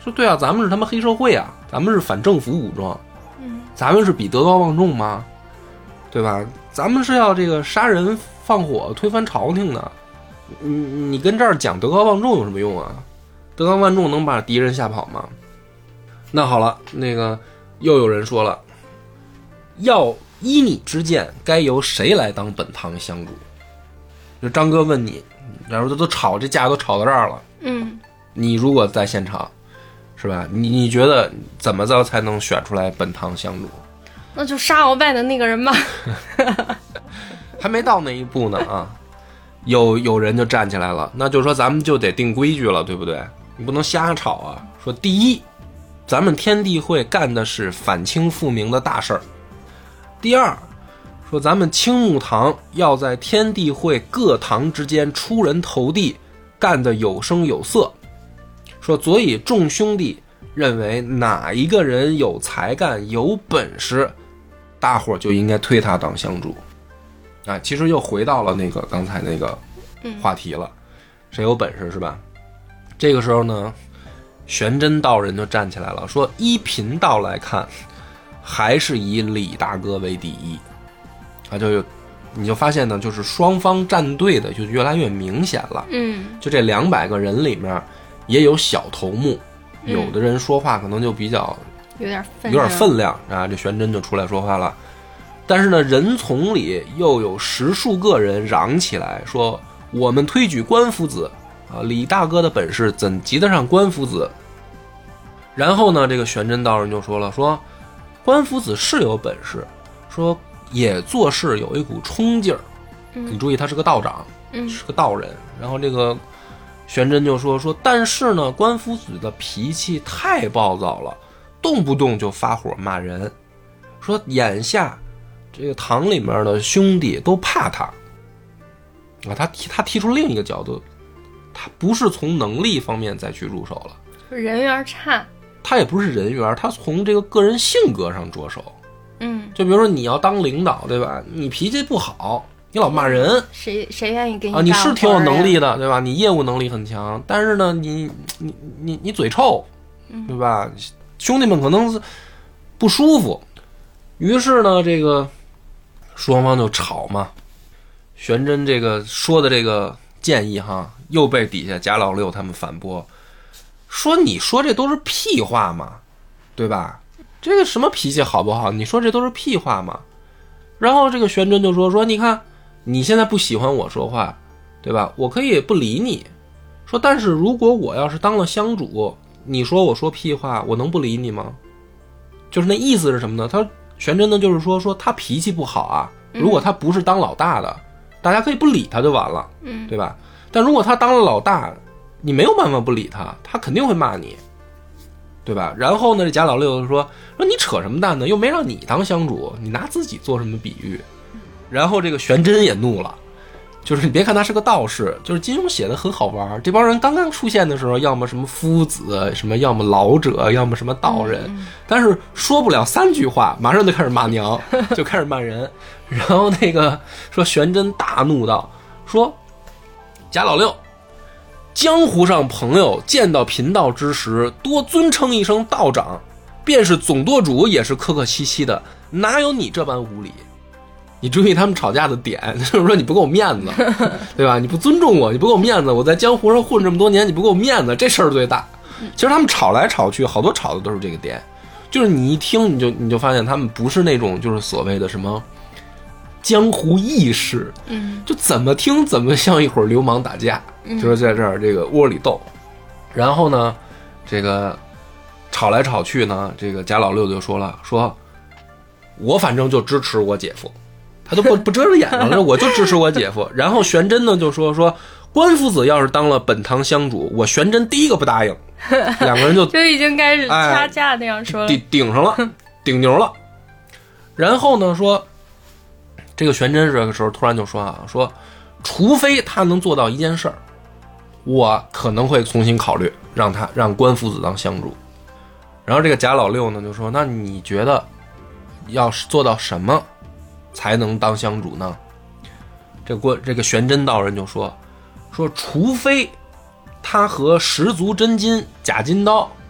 说对啊，咱们是他妈黑社会啊，咱们是反政府武装， 嗯， 咱们是比德高望重吗？对吧？咱们是要这个杀人放火推翻朝廷的，你你跟这儿讲德高望重有什么用啊？德高望重能把敌人吓跑吗？那好了，那个又有人说了，要依你之见，该由谁来当本堂香主？就张哥问你，然后都吵，这架都吵到这儿了， 嗯， 你如果在现场，是吧？你你觉得怎么着才能选出来本堂香主？ 那就杀鳌拜的那个人吧。 还没到那一步呢啊！有有人就站起来了，那就是说咱们就得定规矩了，对不对？你不能瞎吵啊！说第一，咱们天地会干的是反清复明的大事儿；第二，说咱们青木堂要在天地会各堂之间出人头地，干得有声有色。说所以众兄弟认为哪一个人有才干有本事，大伙就应该推他当香主。啊，其实又回到了那个刚才那个话题了，谁有本事是吧？这个时候呢，玄真道人就站起来了，说依贫道来看，还是以李大哥为第一。啊，就有你就发现呢，就是双方站队的就越来越明显了。 嗯， 就这两百个人里面也有小头目，有的人说话可能就比较有点分有点分量啊。这玄真就出来说话了。但是呢，人丛里又有十数个人嚷起来说：“我们推举关夫子啊，李大哥的本事怎及得上关夫子？”然后呢，这个玄真道人就说了：“说关夫子是有本事，说也做事有一股冲劲儿。你注意，他是个道长， 嗯， 是个道人。然后这个玄真就说说，但是呢，关夫子的脾气太暴躁了，动不动就发火骂人。说眼下。”这个堂里面的兄弟都怕他啊，他提他提出另一个角度，他不是从能力方面再去入手了， 人缘差， 他也不是人缘，他从这个个人性格上着手。 嗯， 就比如说你要当领导，对吧？你脾气不好，你老骂人， 谁谁愿意给你啊？你是挺有能力的，对吧？你业务能力很强，但是呢，你你你你嘴臭，对吧？兄弟们可能是不舒服，于是呢，这个。双方就吵嘛，玄真这个说的这个建议哈，又被底下贾老六他们反驳，说你说这都是屁话嘛，对吧？这个什么脾气好不好？你说这都是屁话嘛。然后这个玄真就说说，你看你现在不喜欢我说话，对吧？我可以不理你，说但是如果我要是当了香主，你说我说屁话，我能不理你吗？就是那意思是什么呢？他玄真呢，就是说说他脾气不好啊，如果他不是当老大的，嗯、大家可以不理他就完了，嗯，对吧？但如果他当了老大，你没有办法不理他，他肯定会骂你，对吧？然后呢，这贾老六就说说你扯什么蛋呢？又没让你当香主，你拿自己做什么比喻？然后这个玄真也怒了。就是你别看他是个道士，就是金庸写的很好玩。这帮人刚刚出现的时候，要么什么夫子，什么要么老者，要么什么道人，嗯、但是说不了三句话，马上就开始骂娘，就开始骂人。然后那个说玄真大怒道：“说贾老六，江湖上朋友见到贫道之时，多尊称一声道长，便是总舵主也是客客气气的，哪有你这般无礼？”你注意他们吵架的点，就是说你不给我面子，对吧？你不尊重我，你不给我面子，我在江湖上混这么多年，你不给我面子，这事儿最大。其实他们吵来吵去，好多吵的都是这个点，就是你一听你就你就发现他们不是那种就是所谓的什么江湖义士，嗯，就怎么听怎么像一会儿流氓打架，就是在这儿这个窝里斗。然后呢，这个吵来吵去呢，这个贾老六就说了，说我反正就支持我姐夫。他都不不遮着眼睛了，我就支持我姐夫。然后玄真呢就说说关夫子要是当了本堂香主，我玄真第一个不答应。两个人就就已经开始掐架那样说了， 顶顶上了，顶牛了。然后呢说，这个玄真这个时候突然就说啊，说除非他能做到一件事儿，我可能会重新考虑让他让关夫子当香主。然后这个贾老六呢就说，那你觉得要是做到什么才能当香主呢？这个这个玄真道人就说说，除非他和十足真金假金刀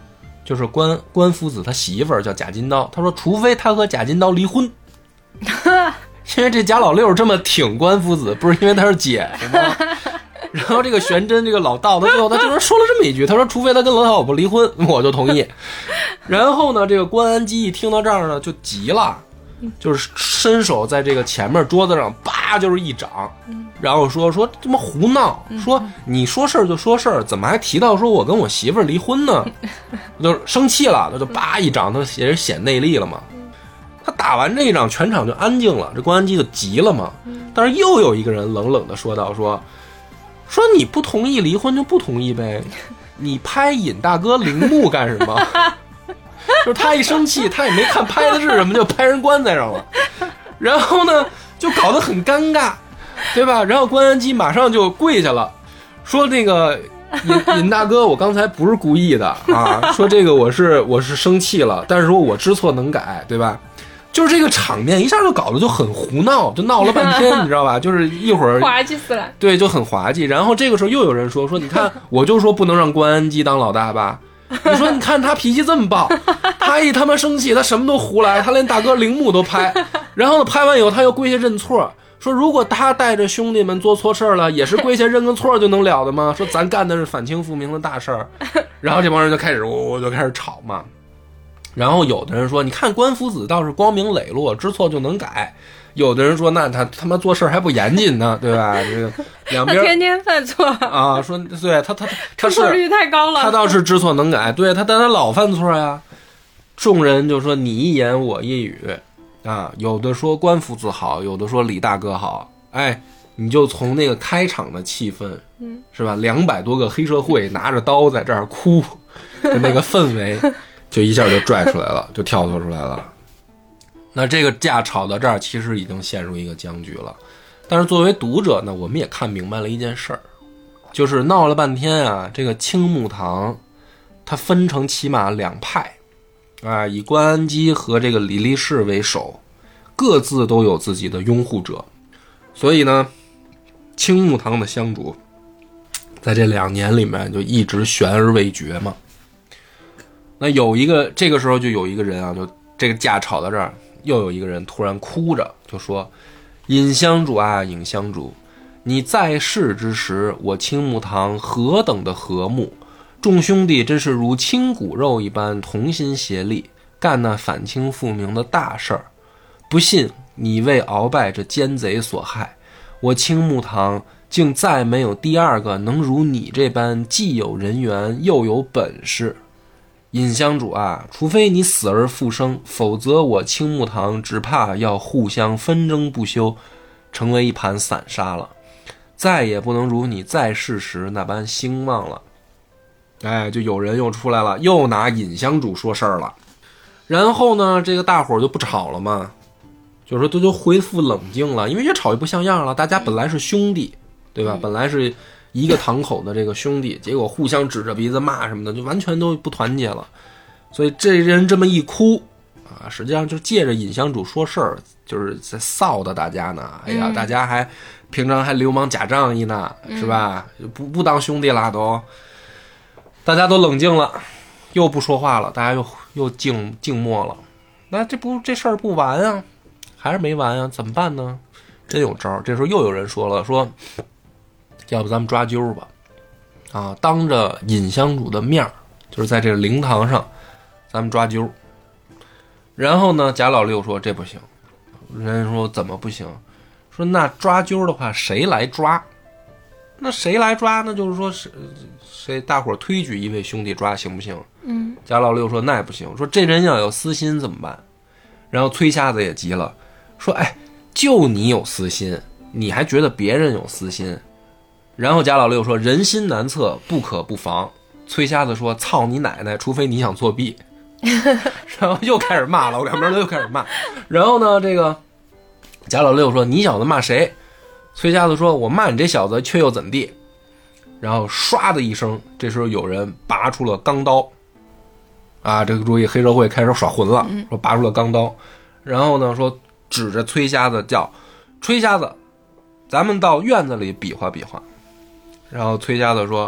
就是关关夫子他媳妇儿叫贾金刀，他说除非他和贾金刀离婚，因为这贾老六这么挺关夫子，不是因为他是姐夫吗？然后这个玄真这个老道，他最后他就是说了这么一句，他说除非他跟他老婆离婚，我就同意。然后呢，这个关安基一听到这儿呢，就急了，就是伸手在这个前面桌子上叭就是一掌，然后说说这么胡闹，说你说事儿就说事儿，怎么还提到说我跟我媳妇儿离婚呢？就生气了，他就叭一掌，他也是显内力了嘛。他打完这一掌，全场就安静了，这关安基就急了嘛。但是又有一个人冷冷的说道说。说你不同意离婚就不同意呗，你拍尹大哥陵墓干什么？就是他一生气，他也没看拍的是什么，就拍人棺材上了，然后呢就搞得很尴尬，对吧？然后关安基马上就跪下了，说那个尹尹大哥，我刚才不是故意的啊，说这个我是我是生气了，但是说我知错能改，对吧？就是这个场面一下就搞得就很胡闹，就闹了半天，你知道吧？就是一会儿滑稽死了， 对，就很滑稽。然后这个时候又有人说说，你看，我就说不能让关安基当老大吧。你说你看他脾气这么暴，他一他妈生气，他什么都胡来，他连大哥陵墓都拍。然后呢，拍完以后他又跪下认错，说如果他带着兄弟们做错事了，也是跪下认个错就能了的吗？说咱干的是反清复明的大事儿。然后这帮人就开始我我就开始吵嘛。然后有的人说，你看关夫子倒是光明磊落，知错就能改。有的人说，那他他妈做事还不严谨呢，对吧？这个两边他天天犯错啊，说对他他他出错率太高了， 他倒是知错能改，对他，但他老犯错呀。众人就说你一言我一语啊，有的说关夫子好，有的说李大哥好，哎，你就从那个开场的气氛，嗯，是吧？两百多个黑社会拿着刀在这儿哭的那个氛围。就一下就拽出来了，就跳脱出来了。那这个架吵到这儿，其实已经陷入一个僵局了。但是作为读者呢，我们也看明白了一件事儿，就是闹了半天啊，这个青木堂它分成起码两派啊，以关安基和这个李力士为首，各自都有自己的拥护者。所以呢，青木堂的香主在这两年里面就一直悬而未决嘛。那有一个这个时候就有一个人啊，就这个架吵到这儿，又有一个人突然哭着就说：“尹香主啊，尹香主，你在世之时，我青木堂何等的和睦，众兄弟真是如亲骨肉一般，同心协力干那反清复明的大事儿。不信你为鳌拜这奸贼所害，我青木堂竟再没有第二个能如你这般既有人缘又有本事。尹香主啊，除非你死而复生，否则我青木堂只怕要互相纷争不休，成为一盘散沙了，再也不能如你在世时那般兴旺了。”哎，就有人又出来了，又拿尹香主说事儿了。然后呢，这个大伙儿就不吵了嘛，就是说都就恢复冷静了，因为越吵越不像样了。大家本来是兄弟，对吧？本来是一个堂口的这个兄弟，结果互相指着鼻子骂什么的，就完全都不团结了。所以这人这么一哭啊，实际上就借着尹香主说事儿，就是在臊的大家呢。哎呀，嗯、大家还平常还流氓假仗义呢，是吧？嗯、不不当兄弟啦都。大家都冷静了，又不说话了，大家又又静静默了。那这不这事儿不完啊，还是没完啊？怎么办呢？真有招。这时候又有人说了，说要不咱们抓阄吧？啊，当着尹香主的面，就是在这个灵堂上，咱们抓阄。然后呢，贾老六说这不行。人说怎么不行？说那抓阄的话，谁来抓？那谁来抓呢？就是说谁谁大伙推举一位兄弟抓行不行？嗯，贾老六说那也不行，说这人要有私心怎么办？然后崔瞎子也急了，说哎，就你有私心，你还觉得别人有私心？然后贾老六说人心难测，不可不防。崔瞎子说操你奶奶，除非你想作弊。然后又开始骂了，两边都又开始骂。然后呢，这个贾老六说你小子骂谁？崔瞎子说我骂你这小子却又怎地？然后唰的一声，这时候有人拔出了钢刀啊，这个注意黑社会开始耍混了，说拔出了钢刀，然后呢说指着崔瞎子叫崔瞎子，咱们到院子里比划比划。然后崔瞎子说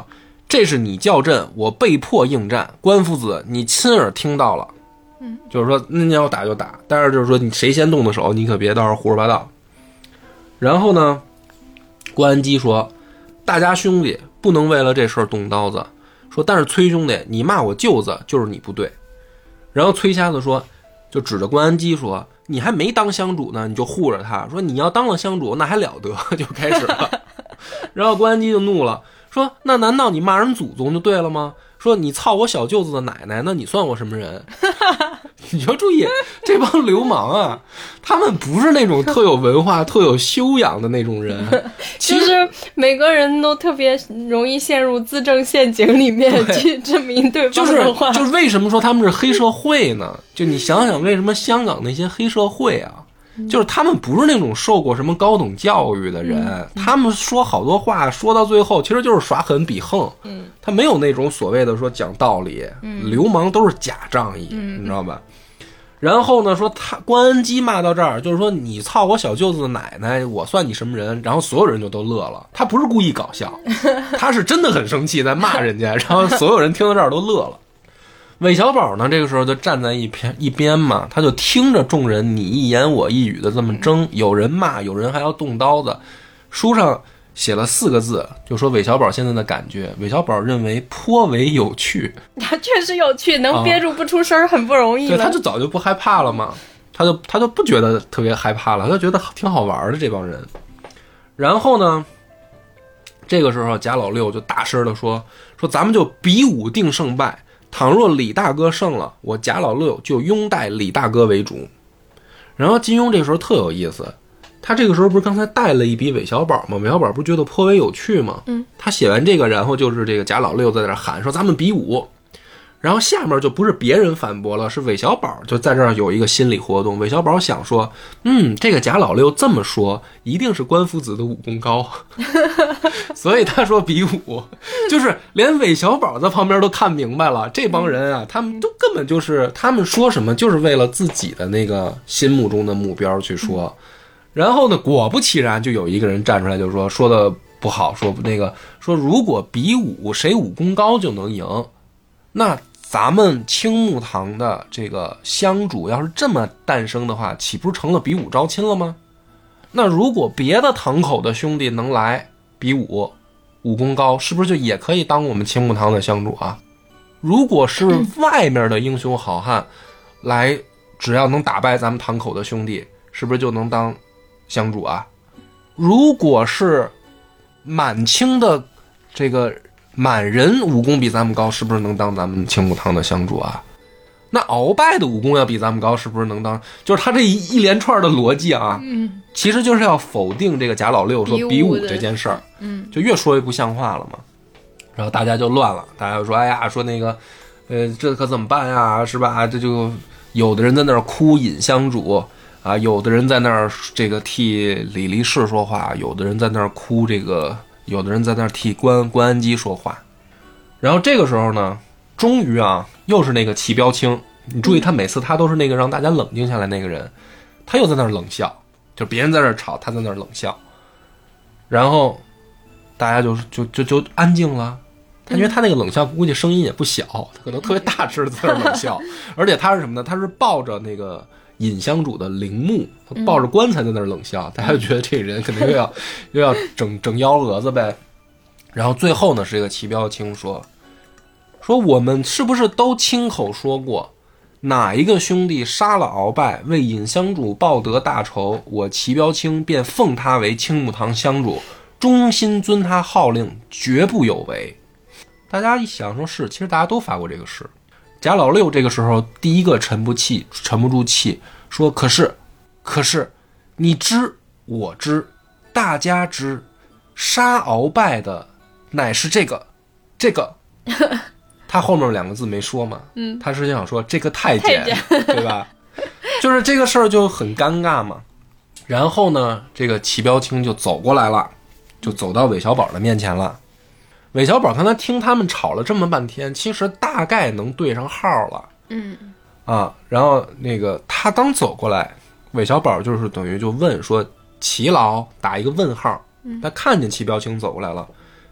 这是你叫阵，我被迫应战，官夫子你亲耳听到了。 嗯， 就是说那你要打就打，但是就是说你谁先动的手，你可别到时候胡说八道。然后呢，关安基说，大家兄弟不能为了这事儿动刀子。说但是崔兄弟，你骂我舅子就是你不对。然后崔瞎子说，就指着关安基说，你还没当乡主呢，你就护着他，说你要当了乡主那还了得，就开始了。然后关安基就怒了，说那难道你骂人祖宗就对了吗？说你操我小舅子的奶奶，那你算我什么人？你就注意这帮流氓啊，他们不是那种特有文化特有修养的那种人， 就是每个人都特别容易陷入自证陷阱里面去证明对方的话。 就是就是为什么说他们是黑社会呢？就你想想为什么香港那些黑社会啊，就是他们不是那种受过什么高等教育的人，嗯、他们说好多话说到最后其实就是耍狠比横，嗯，他没有那种所谓的说讲道理，嗯、流氓都是假仗义，嗯、你知道吧？然后呢，说他关安基骂到这儿，就是说你操我小舅子的奶奶，我算你什么人？然后所有人就都乐了，他不是故意搞笑，他是真的很生气在骂人家，然后所有人听到这儿都乐了。韦小宝呢，这个时候就站在一边一边嘛，他就听着众人你一言我一语的这么争，有人骂，有人还要动刀子。书上写了四个字，就说韦小宝现在的感觉，韦小宝认为颇为有趣。 他确实有趣，能憋住不出声、啊、很不容易。 对，他就早就不害怕了嘛，他就他就不觉得特别害怕了，他就觉得挺好玩的这帮人。然后呢，这个时候贾老六就大声的说说咱们就比武定胜败。倘若李大哥胜了，我贾老六就拥戴李大哥为主。然后金庸这时候特有意思，他这个时候不是刚才带了一笔韦小宝吗？韦小宝不是觉得颇为有趣吗？嗯，他写完这个，然后就是这个贾老六在那喊说咱们比武，然后下面就不是别人反驳了，是韦小宝就在这儿有一个心理活动。韦小宝想说，嗯，这个贾老六这么说，一定是关夫子的武功高，所以他说比武，就是连韦小宝在旁边都看明白了，这帮人啊，他们都根本就是他们说什么就是为了自己的那个心目中的目标去说。然后呢，果不其然，就有一个人站出来就说说的不好，说那个说如果比武谁武功高就能赢，那咱们青木堂的这个乡主要是这么诞生的话，岂不是成了比武招亲了吗？那如果别的堂口的兄弟能来比武，武功高，是不是就也可以当我们青木堂的乡主啊？如果是外面的英雄好汉来，只要能打败咱们堂口的兄弟，是不是就能当乡主啊？如果是满清的这个满人武功比咱们高，是不是能当咱们青木堂的乡主啊？那鳌拜的武功要比咱们高，是不是能当？就是他这一一连串的逻辑啊，嗯，其实就是要否定这个贾老六说比武这件事儿，嗯，就越说越不像话了嘛。然后大家就乱了，大家就说，哎呀，说那个，呃，这可怎么办呀？是吧？这就有的人在那儿哭尹乡主啊，有的人在那儿这个替李离士说话，有的人在那儿哭这个。有的人在那儿替关关安基说话。然后这个时候呢，终于啊，又是那个齐标清，你注意他每次他都是那个让大家冷静下来那个人，他又在那儿冷笑，就别人在那儿吵，他在那儿冷笑，然后大家就就就就安静了。他因为他那个冷笑估计声音也不小，他可能特别大声的在那儿冷笑，而且他是什么呢？他是抱着那个尹乡主的陵墓，抱着棺材在那儿冷笑，大家就觉得这个人可能又要又要整整幺蛾子呗。然后最后呢，是这个齐标清说说我们是不是都亲口说过，哪一个兄弟杀了鳌拜，为尹乡主报得大仇，我齐标清便奉他为青木堂乡主，忠心遵他号令，绝不有违。大家一想说是，其实大家都发过这个誓。贾老六这个时候第一个沉不气沉不住气，说可是可是你知我知大家知，杀鳌拜的乃是这个这个他后面两个字没说嘛，嗯，他是想说这个太监，对吧？就是这个事儿就很尴尬嘛。然后呢，这个齐标清就走过来了，就走到韦小宝的面前了。韦小宝刚才听他们吵了这么半天，其实大概能对上号了，嗯啊，然后那个他刚走过来，韦小宝就是等于就问说齐老打一个问号，他看见齐标清走过来了，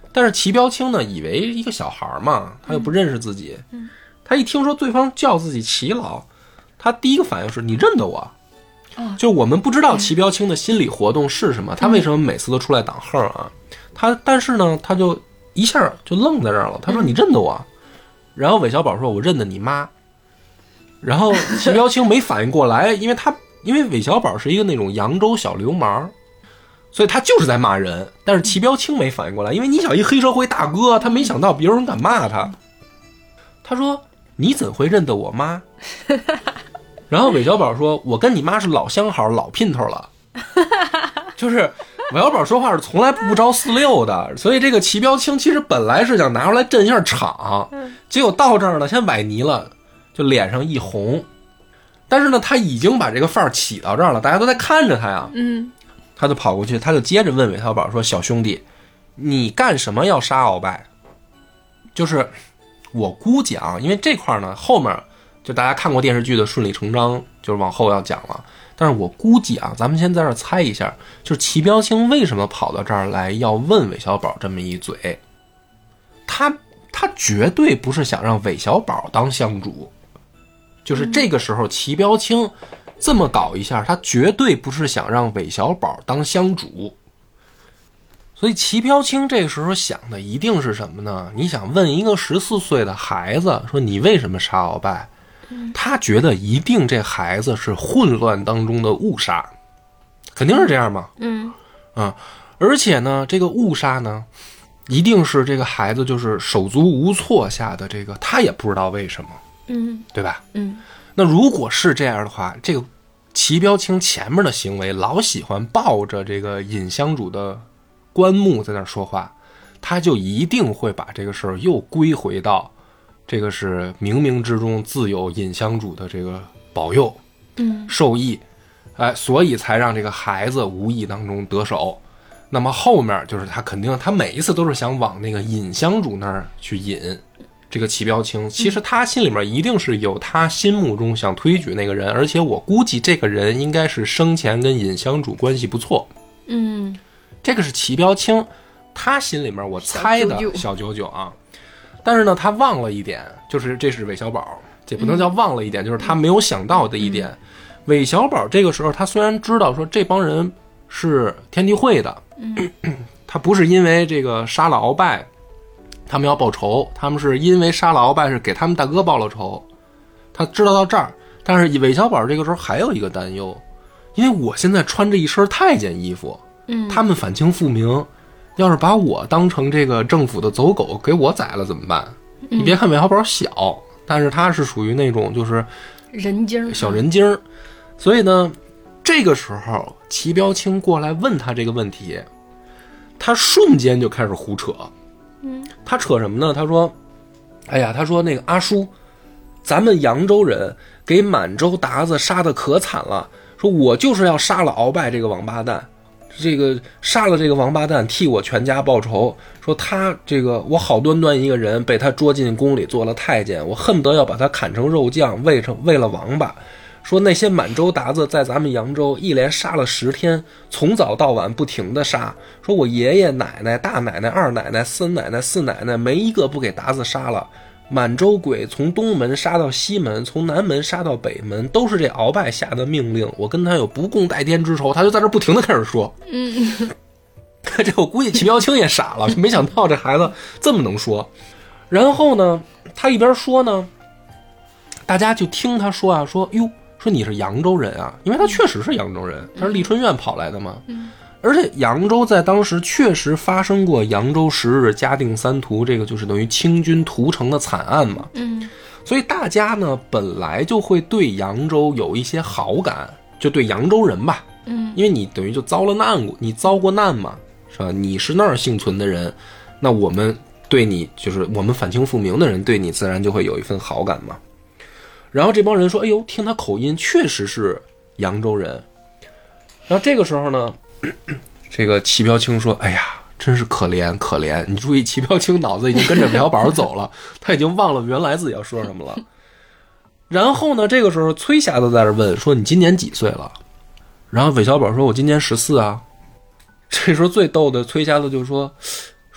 但是齐彪清呢，以为一个小孩嘛，他又不认识自己，嗯，他一听说对方叫自己齐老，他第一个反应是你认得我。哦，就我们不知道齐彪清的心理活动是什么，他为什么每次都出来挡横啊？他但是呢，他就一下就愣在这儿了。他说：“你认得我？”然后韦小宝说：“我认得你妈。”然后齐彪清没反应过来，因为他因为韦小宝是一个那种扬州小流氓，所以他就是在骂人。但是齐彪清没反应过来，因为你想一黑社会大哥，他没想到别人敢骂他。他说：“你怎会认得我妈？”然后韦小宝说：“我跟你妈是老相好老姘头了。”就是韦小宝说话是从来不着四六的，所以这个齐彪清其实本来是想拿出来镇一下场，结果到这儿呢，先崴泥了，就脸上一红。但是呢，他已经把这个范儿起到这儿了，大家都在看着他呀。嗯，他就跑过去，他就接着问韦小宝说：“小兄弟，你干什么要杀鳌拜？”就是我估计啊，因为这块呢后面。就大家看过电视剧的顺理成章，就是往后要讲了。但是我估计啊，咱们先在这儿猜一下，就是齐彪清为什么跑到这儿来要问韦小宝这么一嘴？他他绝对不是想让韦小宝当香主，就是这个时候齐彪清这么搞一下，他绝对不是想让韦小宝当香主。所以齐彪清这个时候想的一定是什么呢？你想问一个十四岁的孩子说你为什么杀鳌拜？他觉得一定这孩子是混乱当中的误杀，肯定是这样嘛。嗯啊，而且呢，这个误杀呢，一定是这个孩子就是手足无措下的这个，他也不知道为什么，嗯，对吧？嗯，那如果是这样的话，这个齐彪清前面的行为老喜欢抱着这个尹香主的棺木在那说话，他就一定会把这个事儿又归回到。这个是冥冥之中自有尹香主的这个保佑，嗯，授意，哎，所以才让这个孩子无意当中得手。那么后面就是他肯定，他每一次都是想往那个尹香主那儿去引这个齐彪清。其实他心里面一定是有他心目中想推举那个人，而且我估计这个人应该是生前跟尹香主关系不错。嗯，这个是齐彪清他心里面我猜的小九九啊。但是呢，他忘了一点，就是这是韦小宝，这不能叫忘了一点，嗯、就是他没有想到的一点。嗯、韦小宝这个时候，他虽然知道说这帮人是天地会的，嗯、他不是因为这个杀了鳌拜，他们要报仇，他们是因为杀了鳌拜是给他们大哥报了仇。他知道到这儿，但是韦小宝这个时候还有一个担忧，因为我现在穿着一身太监衣服，嗯，他们反清复明。要是把我当成这个政府的走狗给我宰了怎么办？你别看韦小宝小，但是他是属于那种就是人精小人精，所以呢，这个时候齐彪清过来问他这个问题，他瞬间就开始胡扯。嗯，他扯什么呢？他说：“哎呀，他说那个阿叔，咱们扬州人给满洲鞑子杀得可惨了，说我就是要杀了鳌拜这个王八蛋。”这个杀了这个王八蛋，替我全家报仇。说他这个我好端端一个人被他捉进宫里做了太监，我恨不得要把他砍成肉酱，喂成喂了王八。说那些满洲鞑子在咱们扬州一连杀了十天，从早到晚不停的杀。说我爷爷奶奶、大奶奶、二奶奶、三奶奶、四奶奶没一个不给鞑子杀了。满洲鬼从东门杀到西门，从南门杀到北门，都是这鳌拜下的命令，我跟他有不共戴天之仇。他就在这不停的开始说，嗯，这我估计齐彪清也傻了，没想到这孩子这么能说。然后呢，他一边说呢，大家就听他说啊，说哟，说你是扬州人啊，因为他确实是扬州人，他是丽春院跑来的嘛。嗯，而且扬州在当时确实发生过扬州十日嘉定三屠，这个就是等于清军屠城的惨案嘛。嗯，所以大家呢本来就会对扬州有一些好感，就对扬州人吧。嗯，因为你等于就遭了难过，你遭过难嘛，是吧？你是那儿幸存的人，那我们对你就是我们反清复明的人对你自然就会有一份好感嘛。然后这帮人说，哎呦，听他口音确实是扬州人。然后这个时候呢，这个齐彪清说，哎呀，真是可怜可怜。你注意，齐彪清脑子已经跟着韦小宝走了，他已经忘了原来自己要说什么了。然后呢，这个时候崔瞎子在这问说，你今年几岁了？然后韦小宝说，我今年十四啊。这时候最逗的崔瞎子就说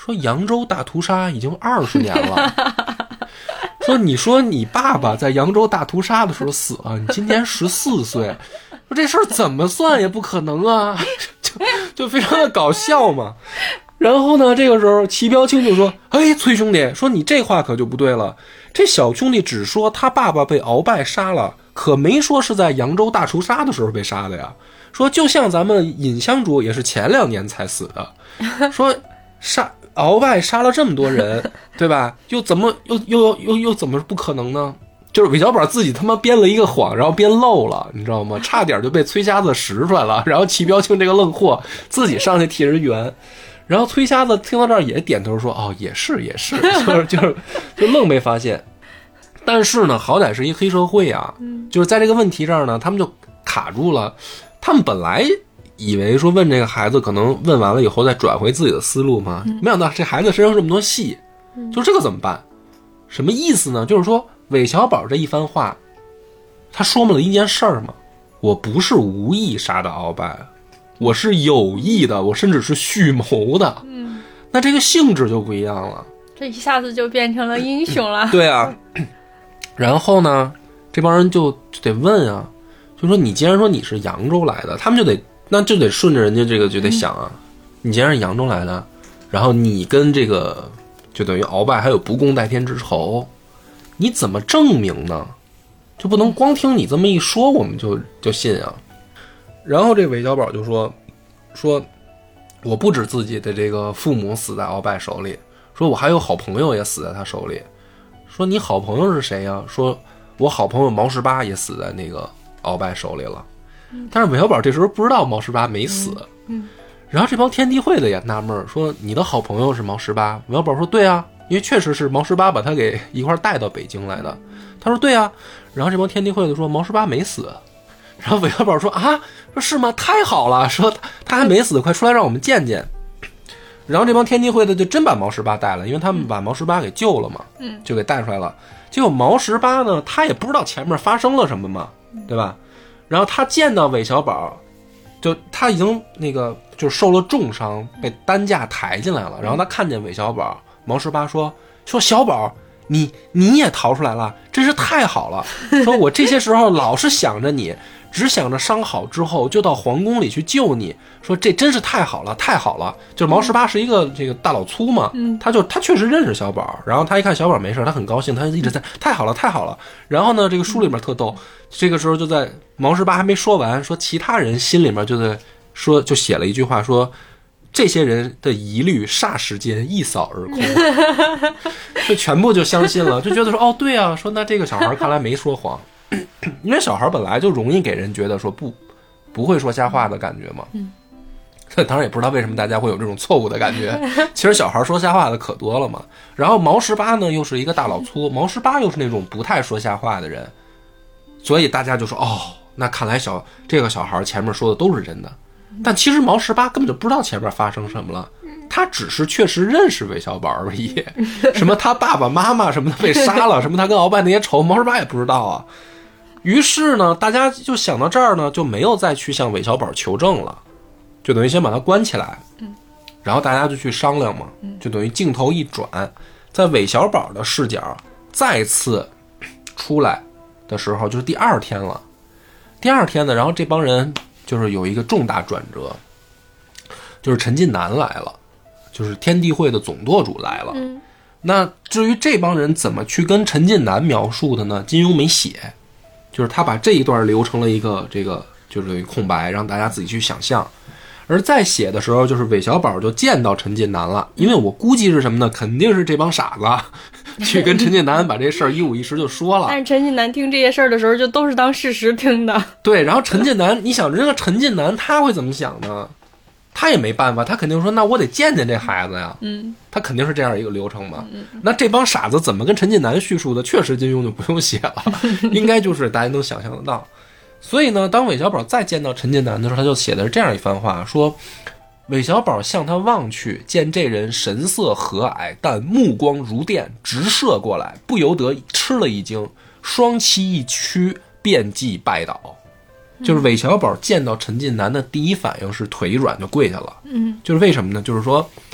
说扬州大屠杀已经二十年了。说你说你爸爸在扬州大屠杀的时候死了，你今年十四岁，说这事儿怎么算也不可能啊，就就非常的搞笑嘛。然后呢，这个时候齐彪清就说：“哎，崔兄弟，说你这话可就不对了。这小兄弟只说他爸爸被鳌拜杀了，可没说是在扬州大屠杀的时候被杀的呀。说就像咱们尹香竹也是前两年才死的，说杀。”鳌拜杀了这么多人，对吧？又怎么又又又又怎么不可能呢？就是韦小宝自己他妈编了一个谎，然后编漏了，你知道吗？差点就被崔瞎子识出来了。然后齐彪清这个愣货自己上去替人圆，然后崔瞎子听到这儿也点头说：“哦，也是也是。”就是就是就愣没发现。但是呢，好歹是一黑社会啊，就是在这个问题这儿呢，他们就卡住了。他们本来以为说问这个孩子可能问完了以后再转回自己的思路嘛，没想到这孩子身上这么多戏，就这个怎么办？什么意思呢？就是说韦小宝这一番话，他说明了一件事儿嘛，我不是无意杀的鳌拜，我是有意的，我甚至是蓄谋的。嗯，那这个性质就不一样了， 这一下子就变成了英雄了。 对啊，然后呢，这帮人就就得问啊，就说你既然说你是扬州来的，他们就得。那就得顺着人家这个就得想啊，你既然是扬州来的，然后你跟这个就等于鳌拜还有不共戴天之仇，你怎么证明呢？就不能光听你这么一说我们就就信啊。然后这韦小宝就说说我不止自己的这个父母死在鳌拜手里，说我还有好朋友也死在他手里。说你好朋友是谁呀？说我好朋友毛十八也死在那个鳌拜手里了。但是韦小宝这时候不知道毛十八没死，嗯嗯、然后这帮天地会的也纳闷说你的好朋友是毛十八？韦小宝说对啊，因为确实是毛十八把他给一块带到北京来的。他说对啊，然后这帮天地会的说毛十八没死，然后韦小宝说啊，说是吗？太好了，说他还没死，快出来让我们见见。然后这帮天地会的就真把毛十八带了，因为他们把毛十八给救了嘛，就给带出来了。结果毛十八呢，他也不知道前面发生了什么嘛，对吧？然后他见到韦小宝，就他已经那个就受了重伤，被担架抬进来了。然后他看见韦小宝，毛十八说说小宝，你你也逃出来了，真是太好了。说我这些时候老是想着你，只想着伤好之后就到皇宫里去救你。说这真是太好了，太好了。就是毛十八是一个这个大老粗嘛，嗯，他就他确实认识小宝，然后他一看小宝没事，他很高兴，他一直在太好了，太好了。然后呢，这个书里面特逗，这个时候就在毛十八还没说完，说其他人心里面就在说，就写了一句话说。这些人的疑虑霎时间一扫而空，就全部就相信了，就觉得说哦对啊，说那这个小孩看来没说谎，因为小孩本来就容易给人觉得说不不会说瞎话的感觉嘛。嗯，当然也不知道为什么大家会有这种错误的感觉，其实小孩说瞎话的可多了嘛。然后毛十八呢又是一个大老粗，毛十八又是那种不太说瞎话的人，所以大家就说哦，那看来小这个小孩前面说的都是真的。但其实毛十八根本就不知道前面发生什么了，他只是确实认识韦小宝而已。什么他爸爸妈妈什么的被杀了，什么他跟鳌拜那些仇，毛十八也不知道啊。于是呢，大家就想到这儿呢，就没有再去向韦小宝求证了，就等于先把他关起来。然后大家就去商量嘛，就等于镜头一转，在韦小宝的视角再次出来的时候，就是第二天了。第二天呢，然后这帮人。就是有一个重大转折，就是陈近南来了，就是天地会的总舵主来了。嗯，那至于这帮人怎么去跟陈近南描述的呢？金庸没写，就是他把这一段留成了一个这个就是空白，让大家自己去想象。而在写的时候，就是韦小宝就见到陈近南了，因为我估计是什么呢？肯定是这帮傻子去跟陈近南把这事儿一五一十就说了。 但是陈近南听这些事儿的时候，就都是当事实听的。对， 然后陈近南，你想这个陈近南他会怎么想呢？他也没办法，他肯定说那我得见见这孩子呀。嗯，他肯定是这样一个流程嘛。嗯，那这帮傻子怎么跟陈近南叙述的？确实金庸就不用写了，应该就是大家能想象得到。所以呢，当韦小宝再见到陈近南的时候，他就写的是这样一番话，说韦小宝向他望去，见这人神色和蔼，但目光如电，直射过来，不由得吃了一惊，双膝一屈，便即拜倒。就是韦小宝见到陈近南的第一反应是腿一软就跪下了。嗯，就是为什么呢？就是说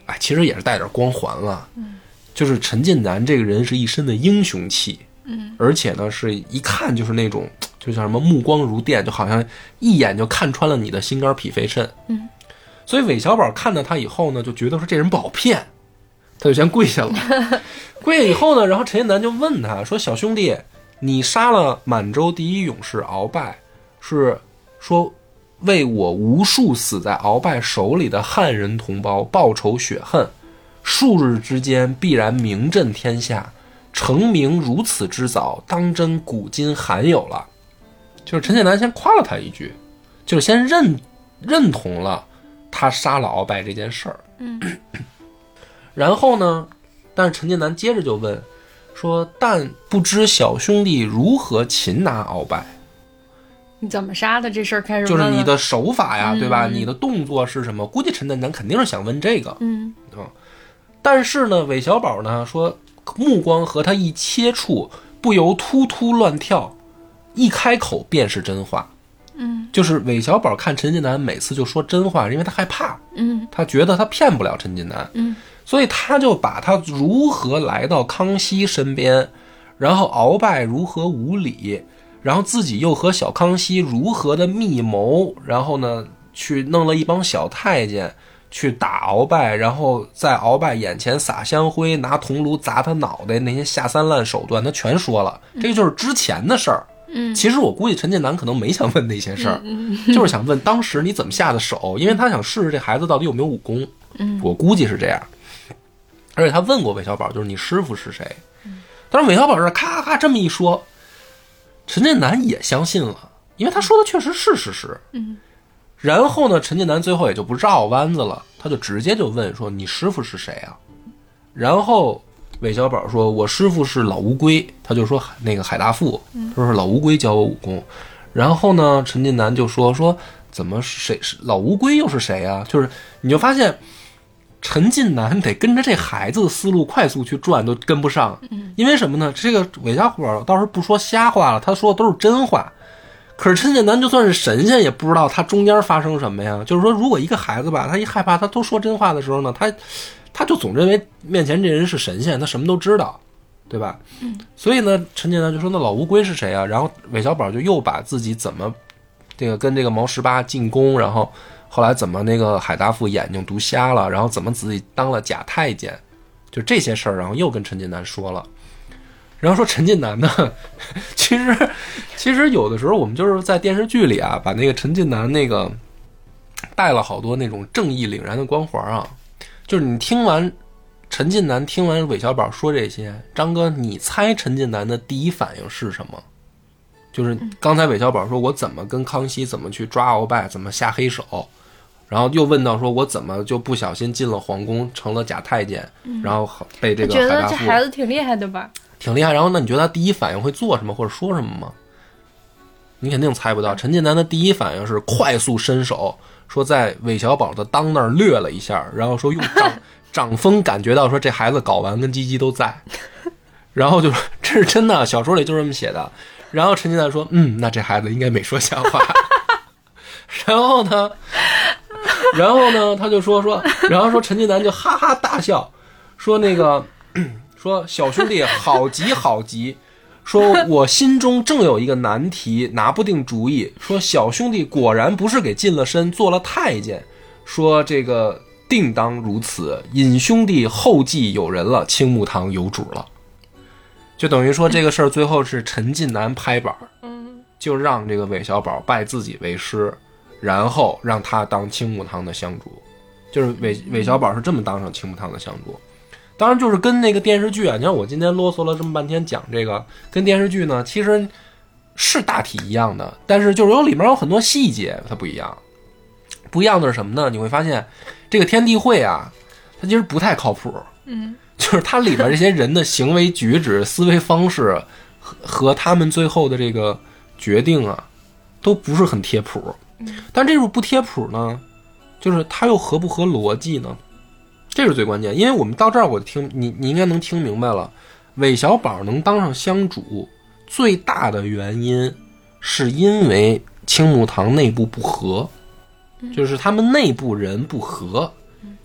哎，其实也是带点光环了。嗯，就是陈近南这个人是一身的英雄气。嗯，而且呢，是一看就是那种，就像什么目光如电，就好像一眼就看穿了你的心肝脾肺肾。 嗯， 所以韦小宝看到他以后呢，就觉得说这人不好骗，他就先跪下了。跪下以后呢，然后陈近南就问他说：“小兄弟，你杀了满洲第一勇士鳌拜，是说为我无数死在鳌拜手里的汉人同胞报仇雪恨，数日之间必然名震天下。成名如此之早，当真古今罕有了。”就是陈近南先夸了他一句，就是先认认同了他杀了鳌拜这件事儿。 嗯， 然后呢，但是陈近南接着就问说：“但不知小兄弟如何擒拿鳌拜？ 你怎么杀的这事儿开始问了， 就是你的手法呀， 嗯、 对吧？你的动作是什么？”估计陈近南肯定是想问这个。 嗯嗯，但是呢，韦小宝呢说，目光和他一接触，不由突突乱跳，一开口便是真话。 嗯， 就是韦小宝看陈近南每次就说真话，因为他害怕， 嗯， 他觉得他骗不了陈近南， 嗯， 所以他就把他如何来到康熙身边，然后鳌拜如何无礼，然后自己又和小康熙如何的密谋，然后呢去弄了一帮小太监去打鳌拜，然后在鳌拜眼前撒香灰，拿铜炉砸他脑袋，那些下三滥手段他全说了，这个就是之前的事儿。 嗯， 其实我估计陈近南可能没想问那些事儿，嗯嗯、就是想问当时你怎么下的手，因为他想试试这孩子到底有没有武功。 嗯， 我估计是这样。而且他问过韦小宝，就是你师傅是谁？但是韦小宝是咔咔这么一说，陈近南也相信了，因为他说的确实是事实。 嗯， 然后呢，陈近南最后也就不绕弯子了，他就直接就问说：“你师傅是谁啊？”然后韦小宝说：“我师傅是老乌龟。”他就说那个海大富，他说是老乌龟教我武功。然后呢，陈近南就说说怎么谁是老乌龟又是谁啊？就是你就发现陈近南得跟着这孩子的思路快速去转，都跟不上。因为什么呢？这个韦小宝倒是不说瞎话了，他说的都是真话。可是陈近南就算是神仙，也不知道他中间发生什么呀。就是说，如果一个孩子吧，他一害怕，他都说真话的时候呢，他他就总认为面前这人是神仙，他什么都知道，对吧？ 嗯。 所以呢，陈近南就说：“那老乌龟是谁啊？”然后韦小宝就又把自己怎么这个跟这个毛十八进宫，然后后来怎么那个海大富眼睛读瞎了，然后怎么自己当了假太监，就这些事儿，然后又跟陈近南说了。然后说陈近南呢，其实其实有的时候我们就是在电视剧里啊，把那个陈近南那个带了好多那种正义凛然的光环啊。就是你听完陈近南听完韦小宝说这些，张哥，你猜陈近南的第一反应是什么？就是刚才韦小宝说我怎么跟康熙怎么去抓鳌拜，怎么下黑手，然后又问到说我怎么就不小心进了皇宫成了假太监， 嗯、 然后被这个海大富。觉得这孩子挺厉害的吧？ 挺厉害。然后那你觉得他第一反应会做什么或者说什么吗？你肯定猜不到。陈近南的第一反应是快速伸手，说在韦小宝的裆那儿掠了一下，然后说用掌掌风感觉到说这孩子睾丸跟鸡鸡都在，然后就说这是真的，小说里就这么写的。然后陈近南说：“嗯，那这孩子应该没说瞎话。”然后呢，然后呢，他就说说，然后说陈近南就哈哈大笑，说那个说小兄弟好急好急。说我心中正有一个难题，拿不定主意。说小兄弟果然不是给近了身做了太监。说这个定当如此，尹兄弟后继有人了，青木堂有主了。就等于说这个事儿最后是陈近南拍板，就让这个韦小宝拜自己为师，然后让他当青木堂的香主。就是韦韦小宝是这么当上青木堂的香主。当然就是跟那个电视剧啊，你看我今天啰嗦了这么半天讲这个，跟电视剧呢其实是大体一样的，但是就是有里面有很多细节它不一样。不一样的是什么呢？你会发现这个天地会啊，它其实不太靠谱。 嗯， 就是它里面这些人的行为举止、思维方式和和他们最后的这个决定啊，都不是很贴谱。但这种不贴谱呢，就是它又合不合逻辑呢？这是最关键，因为我们到这儿，我听你，你应该能听明白了。韦小宝能当上香主，最大的原因是因为青木堂内部不和，就是他们内部人不和，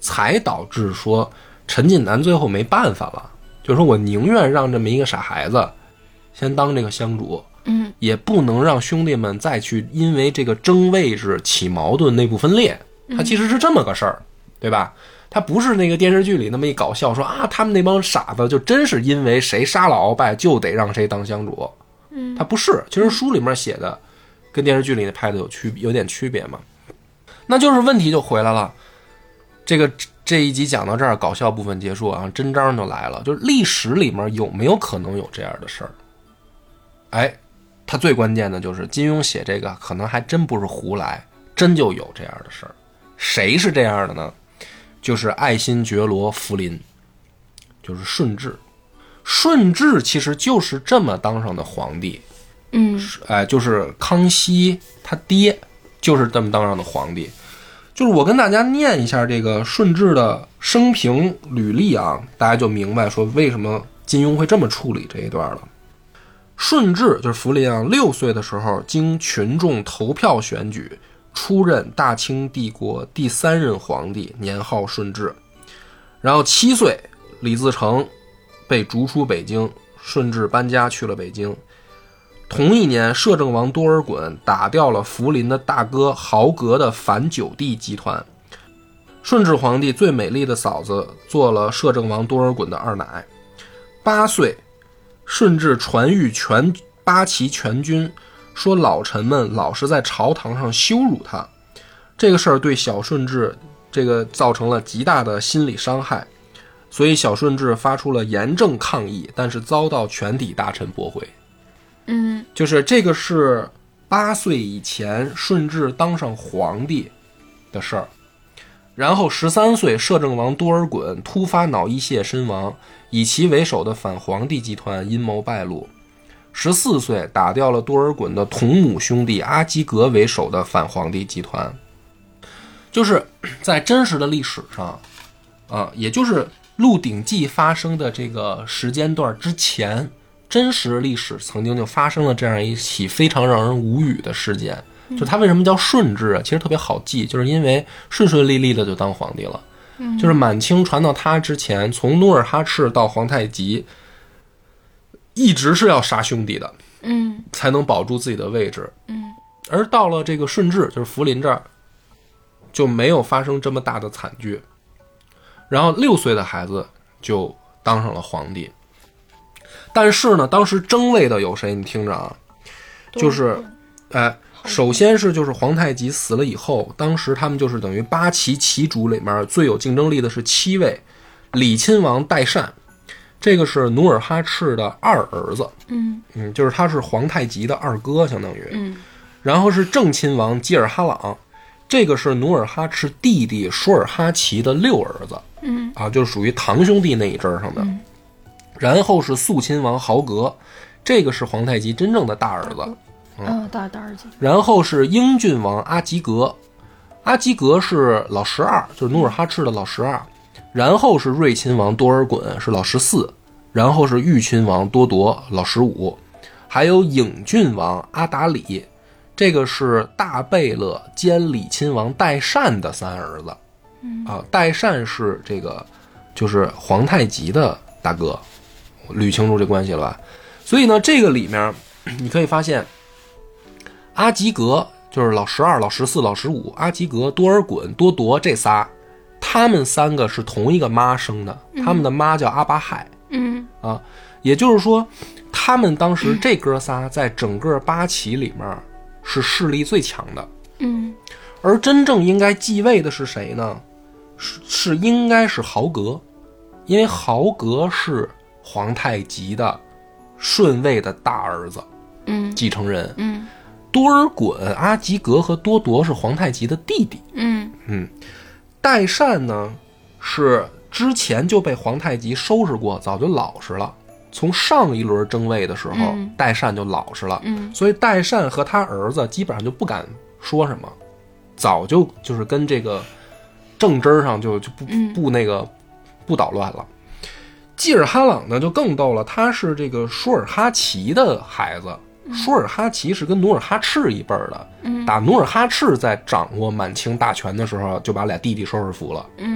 才导致说陈近南最后没办法了，就是说我宁愿让这么一个傻孩子先当这个乡主， 嗯， 也不能让兄弟们再去因为这个争位置起矛盾、内部分裂。他其实是这么个事儿，对吧？他不是那个电视剧里那么一搞笑说啊，他们那帮傻子就真是因为谁杀了鳌拜就得让谁当乡主。 嗯， 他不是，其实书里面写的跟电视剧里拍的有区有点区别嘛。那就是问题就回来了，这个这一集讲到这儿，搞笑部分结束啊，真章就来了，就是历史里面有没有可能有这样的事儿？哎，他最关键的就是金庸写这个可能还真不是胡来，真就有这样的事儿。谁是这样的呢？就是爱新觉罗福临，就是顺治。顺治其实就是这么当上的皇帝， 嗯， 哎，就是康熙他爹就是这么当上的皇帝。就是我跟大家念一下这个顺治的生平履历啊，大家就明白说为什么金庸会这么处理这一段了。顺治就是福临啊，六岁的时候经群众投票选举，出任大清帝国第三任皇帝，年号顺治。然后七岁，李自成被逐出北京，顺治搬家去了北京。同一年，摄政王多尔衮打掉了福临的大哥豪格的反九地集团。顺治皇帝最美丽的嫂子做了摄政王多尔衮的二奶。八岁，顺治传谕全八旗全军，说老臣们老是在朝堂上羞辱他，这个事儿对小顺治这个造成了极大的心理伤害，所以小顺治发出了严正抗议，但是遭到全体大臣驳回。 嗯， 就是这个是八岁以前顺治当上皇帝的事儿。然后十三岁，摄政王多尔衮突发脑溢血身亡，以其为首的反皇帝集团阴谋败露。十四岁，打掉了多尔衮的同母兄弟阿基格为首的反皇帝集团。就是在真实的历史上啊，也就是《鹿鼎记》发生的这个时间段之前，真实历史曾经就发生了这样一起非常让人无语的事件。就他为什么叫顺治啊？其实特别好记，就是因为顺顺利利的就当皇帝了。就是满清传到他之前，从努尔哈赤到皇太极，一直是要杀兄弟的， 嗯， 才能保住自己的位置。 嗯， 而到了这个顺治，就是福临这儿，就没有发生这么大的惨剧。然后六岁的孩子就当上了皇帝。但是呢，当时争位的有谁？你听着啊，就是哎，首先是就是皇太极死了以后，当时他们就是等于八旗旗主里面最有竞争力的是七位。李亲王代善，这个是努尔哈赤的二儿子， 嗯嗯，就是他是皇太极的二哥，相当于。 嗯， 然后是正亲王济尔哈朗，这个是努尔哈赤弟弟舒尔哈齐的六儿子， 嗯啊，就是属于堂兄弟那一支上的。 嗯， 然后是肃亲王豪格，这个是皇太极真正的大儿子。 嗯、哦，大大儿子。 然后是英俊王阿吉格，阿吉格是老十二，就是努尔哈赤的老十二。然后是睿亲王多尔衮，是老十四。然后是裕亲王多铎，老十五。还有颖郡王阿达里，这个是大贝勒兼李亲王代善的三儿子。 嗯啊，代善是这个就是皇太极的大哥，捋清楚这关系了吧？所以呢，这个里面你可以发现，阿吉格就是老十二、老十四、老十五，阿吉格、多尔衮、多铎这仨，他们三个是同一个妈生的，他们的妈叫阿巴亥。 嗯啊，也就是说，他们当时这哥仨在整个八旗里面是势力最强的。 嗯， 而真正应该继位的是谁呢？是是应该是豪格，因为豪格是皇太极的顺位的大儿子， 嗯， 继承人。 嗯， 多尔衮、阿吉格和多铎是皇太极的弟弟。 嗯嗯，代善呢是之前就被皇太极收拾过，早就老实了。从上一轮争位的时候， 嗯、 代善就老实了。 嗯， 所以代善和他儿子基本上就不敢说什么，早就就是跟这个正枝上就就不不那个不捣乱了。济尔哈朗呢就更逗了，他是这个舒尔哈齐的孩子。舒尔哈齐是跟努尔哈赤一辈儿的， 嗯， 打努尔哈赤在掌握满清大权的时候，就把俩弟弟收拾服了。 嗯，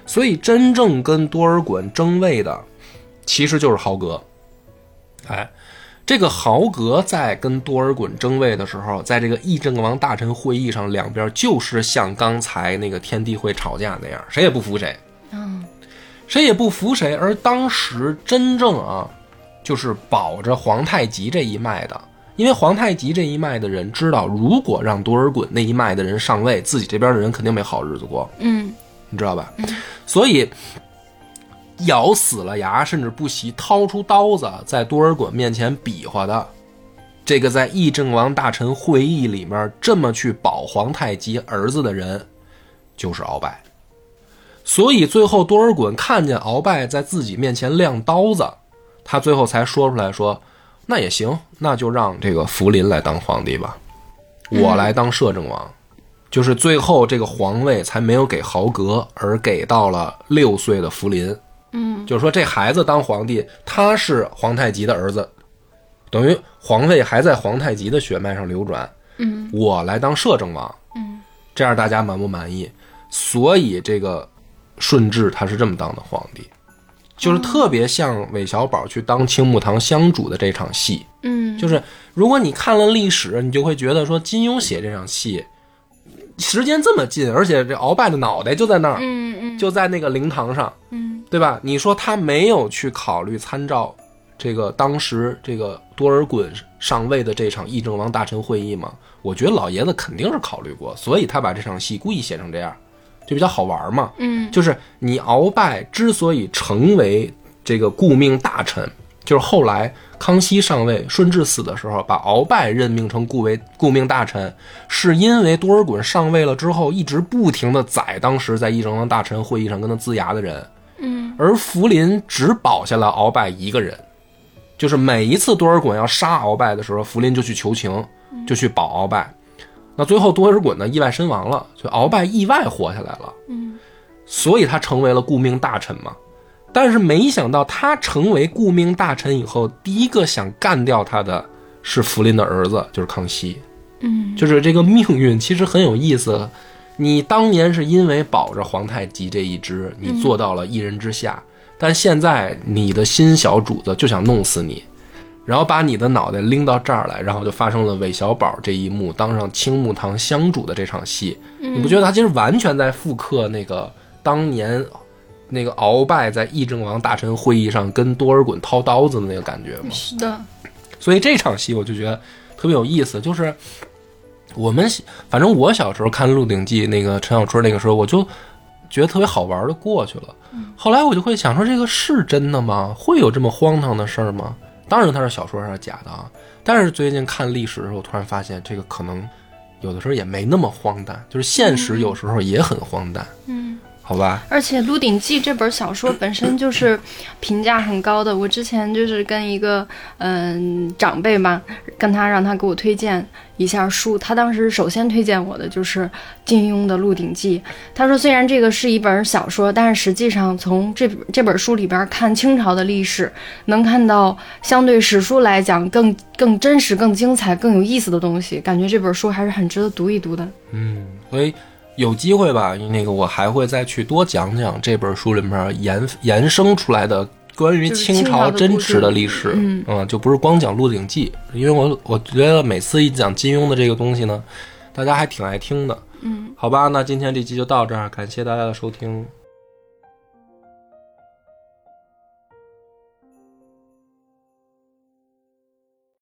所以真正跟多尔衮争位的其实就是豪格。哎，这个豪格在跟多尔衮争位的时候，在这个议政王大臣会议上，两边就是像刚才那个天地会吵架那样，谁也不服谁， 嗯， 谁也不服谁。而当时真正啊，就是保着皇太极这一脉的，因为皇太极这一脉的人知道，如果让多尔衮那一脉的人上位，自己这边的人肯定没好日子过， 嗯， 你知道吧？ 嗯， 所以咬死了牙，甚至不惜掏出刀子在多尔衮面前比划的，这个在议政王大臣会议里面这么去保皇太极儿子的人，就是鳌拜。所以最后多尔衮看见鳌拜在自己面前亮刀子，他最后才说出来说，那也行，那就让这个福临来当皇帝吧，我来当摄政王。嗯，就是最后这个皇位才没有给豪格，而给到了六岁的福临。 嗯， 就是说这孩子当皇帝，他是皇太极的儿子，等于皇位还在皇太极的血脉上流转。 嗯， 我来当摄政王。 嗯， 这样大家满不满意？所以这个顺治他是这么当的皇帝，就是特别像韦小宝去当青木堂香主的这场戏。 嗯， 就是如果你看了历史，你就会觉得说金庸写这场戏时间这么近，而且这鳌拜的脑袋就在那儿， 嗯嗯， 就在那个灵堂上， 嗯， 对吧？你说他没有去考虑参照这个当时这个多尔衮上位的这场议政王大臣会议吗？我觉得老爷子肯定是考虑过，所以他把这场戏故意写成这样，就比较好玩嘛。 嗯， 就是你鳌拜之所以成为这个顾命大臣，就是后来康熙上位，顺治死的时候，把鳌拜任命成顾为顾命大臣，是因为多尔衮上位了之后，一直不停的宰当时在议政王大臣会议上跟他呲牙的人。 嗯， 而福临只保下了鳌拜一个人，就是每一次多尔衮要杀鳌拜的时候，福临就去求情，就去保鳌拜。那最后多尔衮呢意外身亡了，就鳌拜意外活下来了。 嗯， 所以他成为了顾命大臣嘛。但是没想到他成为顾命大臣以后，第一个想干掉他的是福临的儿子，就是康熙。 嗯， 就是这个命运其实很有意思。你当年是因为保着皇太极这一支，你做到了一人之下，嗯，但现在你的新小主子就想弄死你，然后把你的脑袋拎到这儿来，然后就发生了韦小宝这一幕当上青木堂香主的这场戏。 嗯， 你不觉得他其实完全在复刻那个当年那个鳌拜在议政王大臣会议上跟多尔衮掏刀子的那个感觉吗？ 是的。 所以这场戏我就觉得特别有意思，就是我们反正我小时候看《鹿鼎记》那个陈小春那个时候，我就觉得特别好玩的过去了。后来我就会想说，这个是真的吗？会有这么荒唐的事儿吗？当然它是小说上是假的啊，但是最近看历史的时候，突然发现这个可能有的时候也没那么荒诞，就是现实有时候也很荒诞。嗯，好吧。 而且《鹿鼎记》这本小说本身就是评价很高的，我之前就是跟一个嗯、呃、长辈吧，跟他让他给我推荐一下书，他当时首先推荐我的就是金庸的《鹿鼎记》。他说虽然这个是一本小说，但是实际上从这这本书里边看清朝的历史，能看到相对史书来讲更更真实、更精彩、更有意思的东西，感觉这本书还是很值得读一读的。 嗯，所以有机会吧，那个我还会再去多讲讲这本书里面延延伸出来的关于清朝真实的历史。嗯, 嗯，就不是光讲《鹿鼎记》，因为我我觉得每次一讲金庸的这个东西呢，大家还挺爱听的。嗯，好吧，那今天这期就到这儿，感谢大家的收听。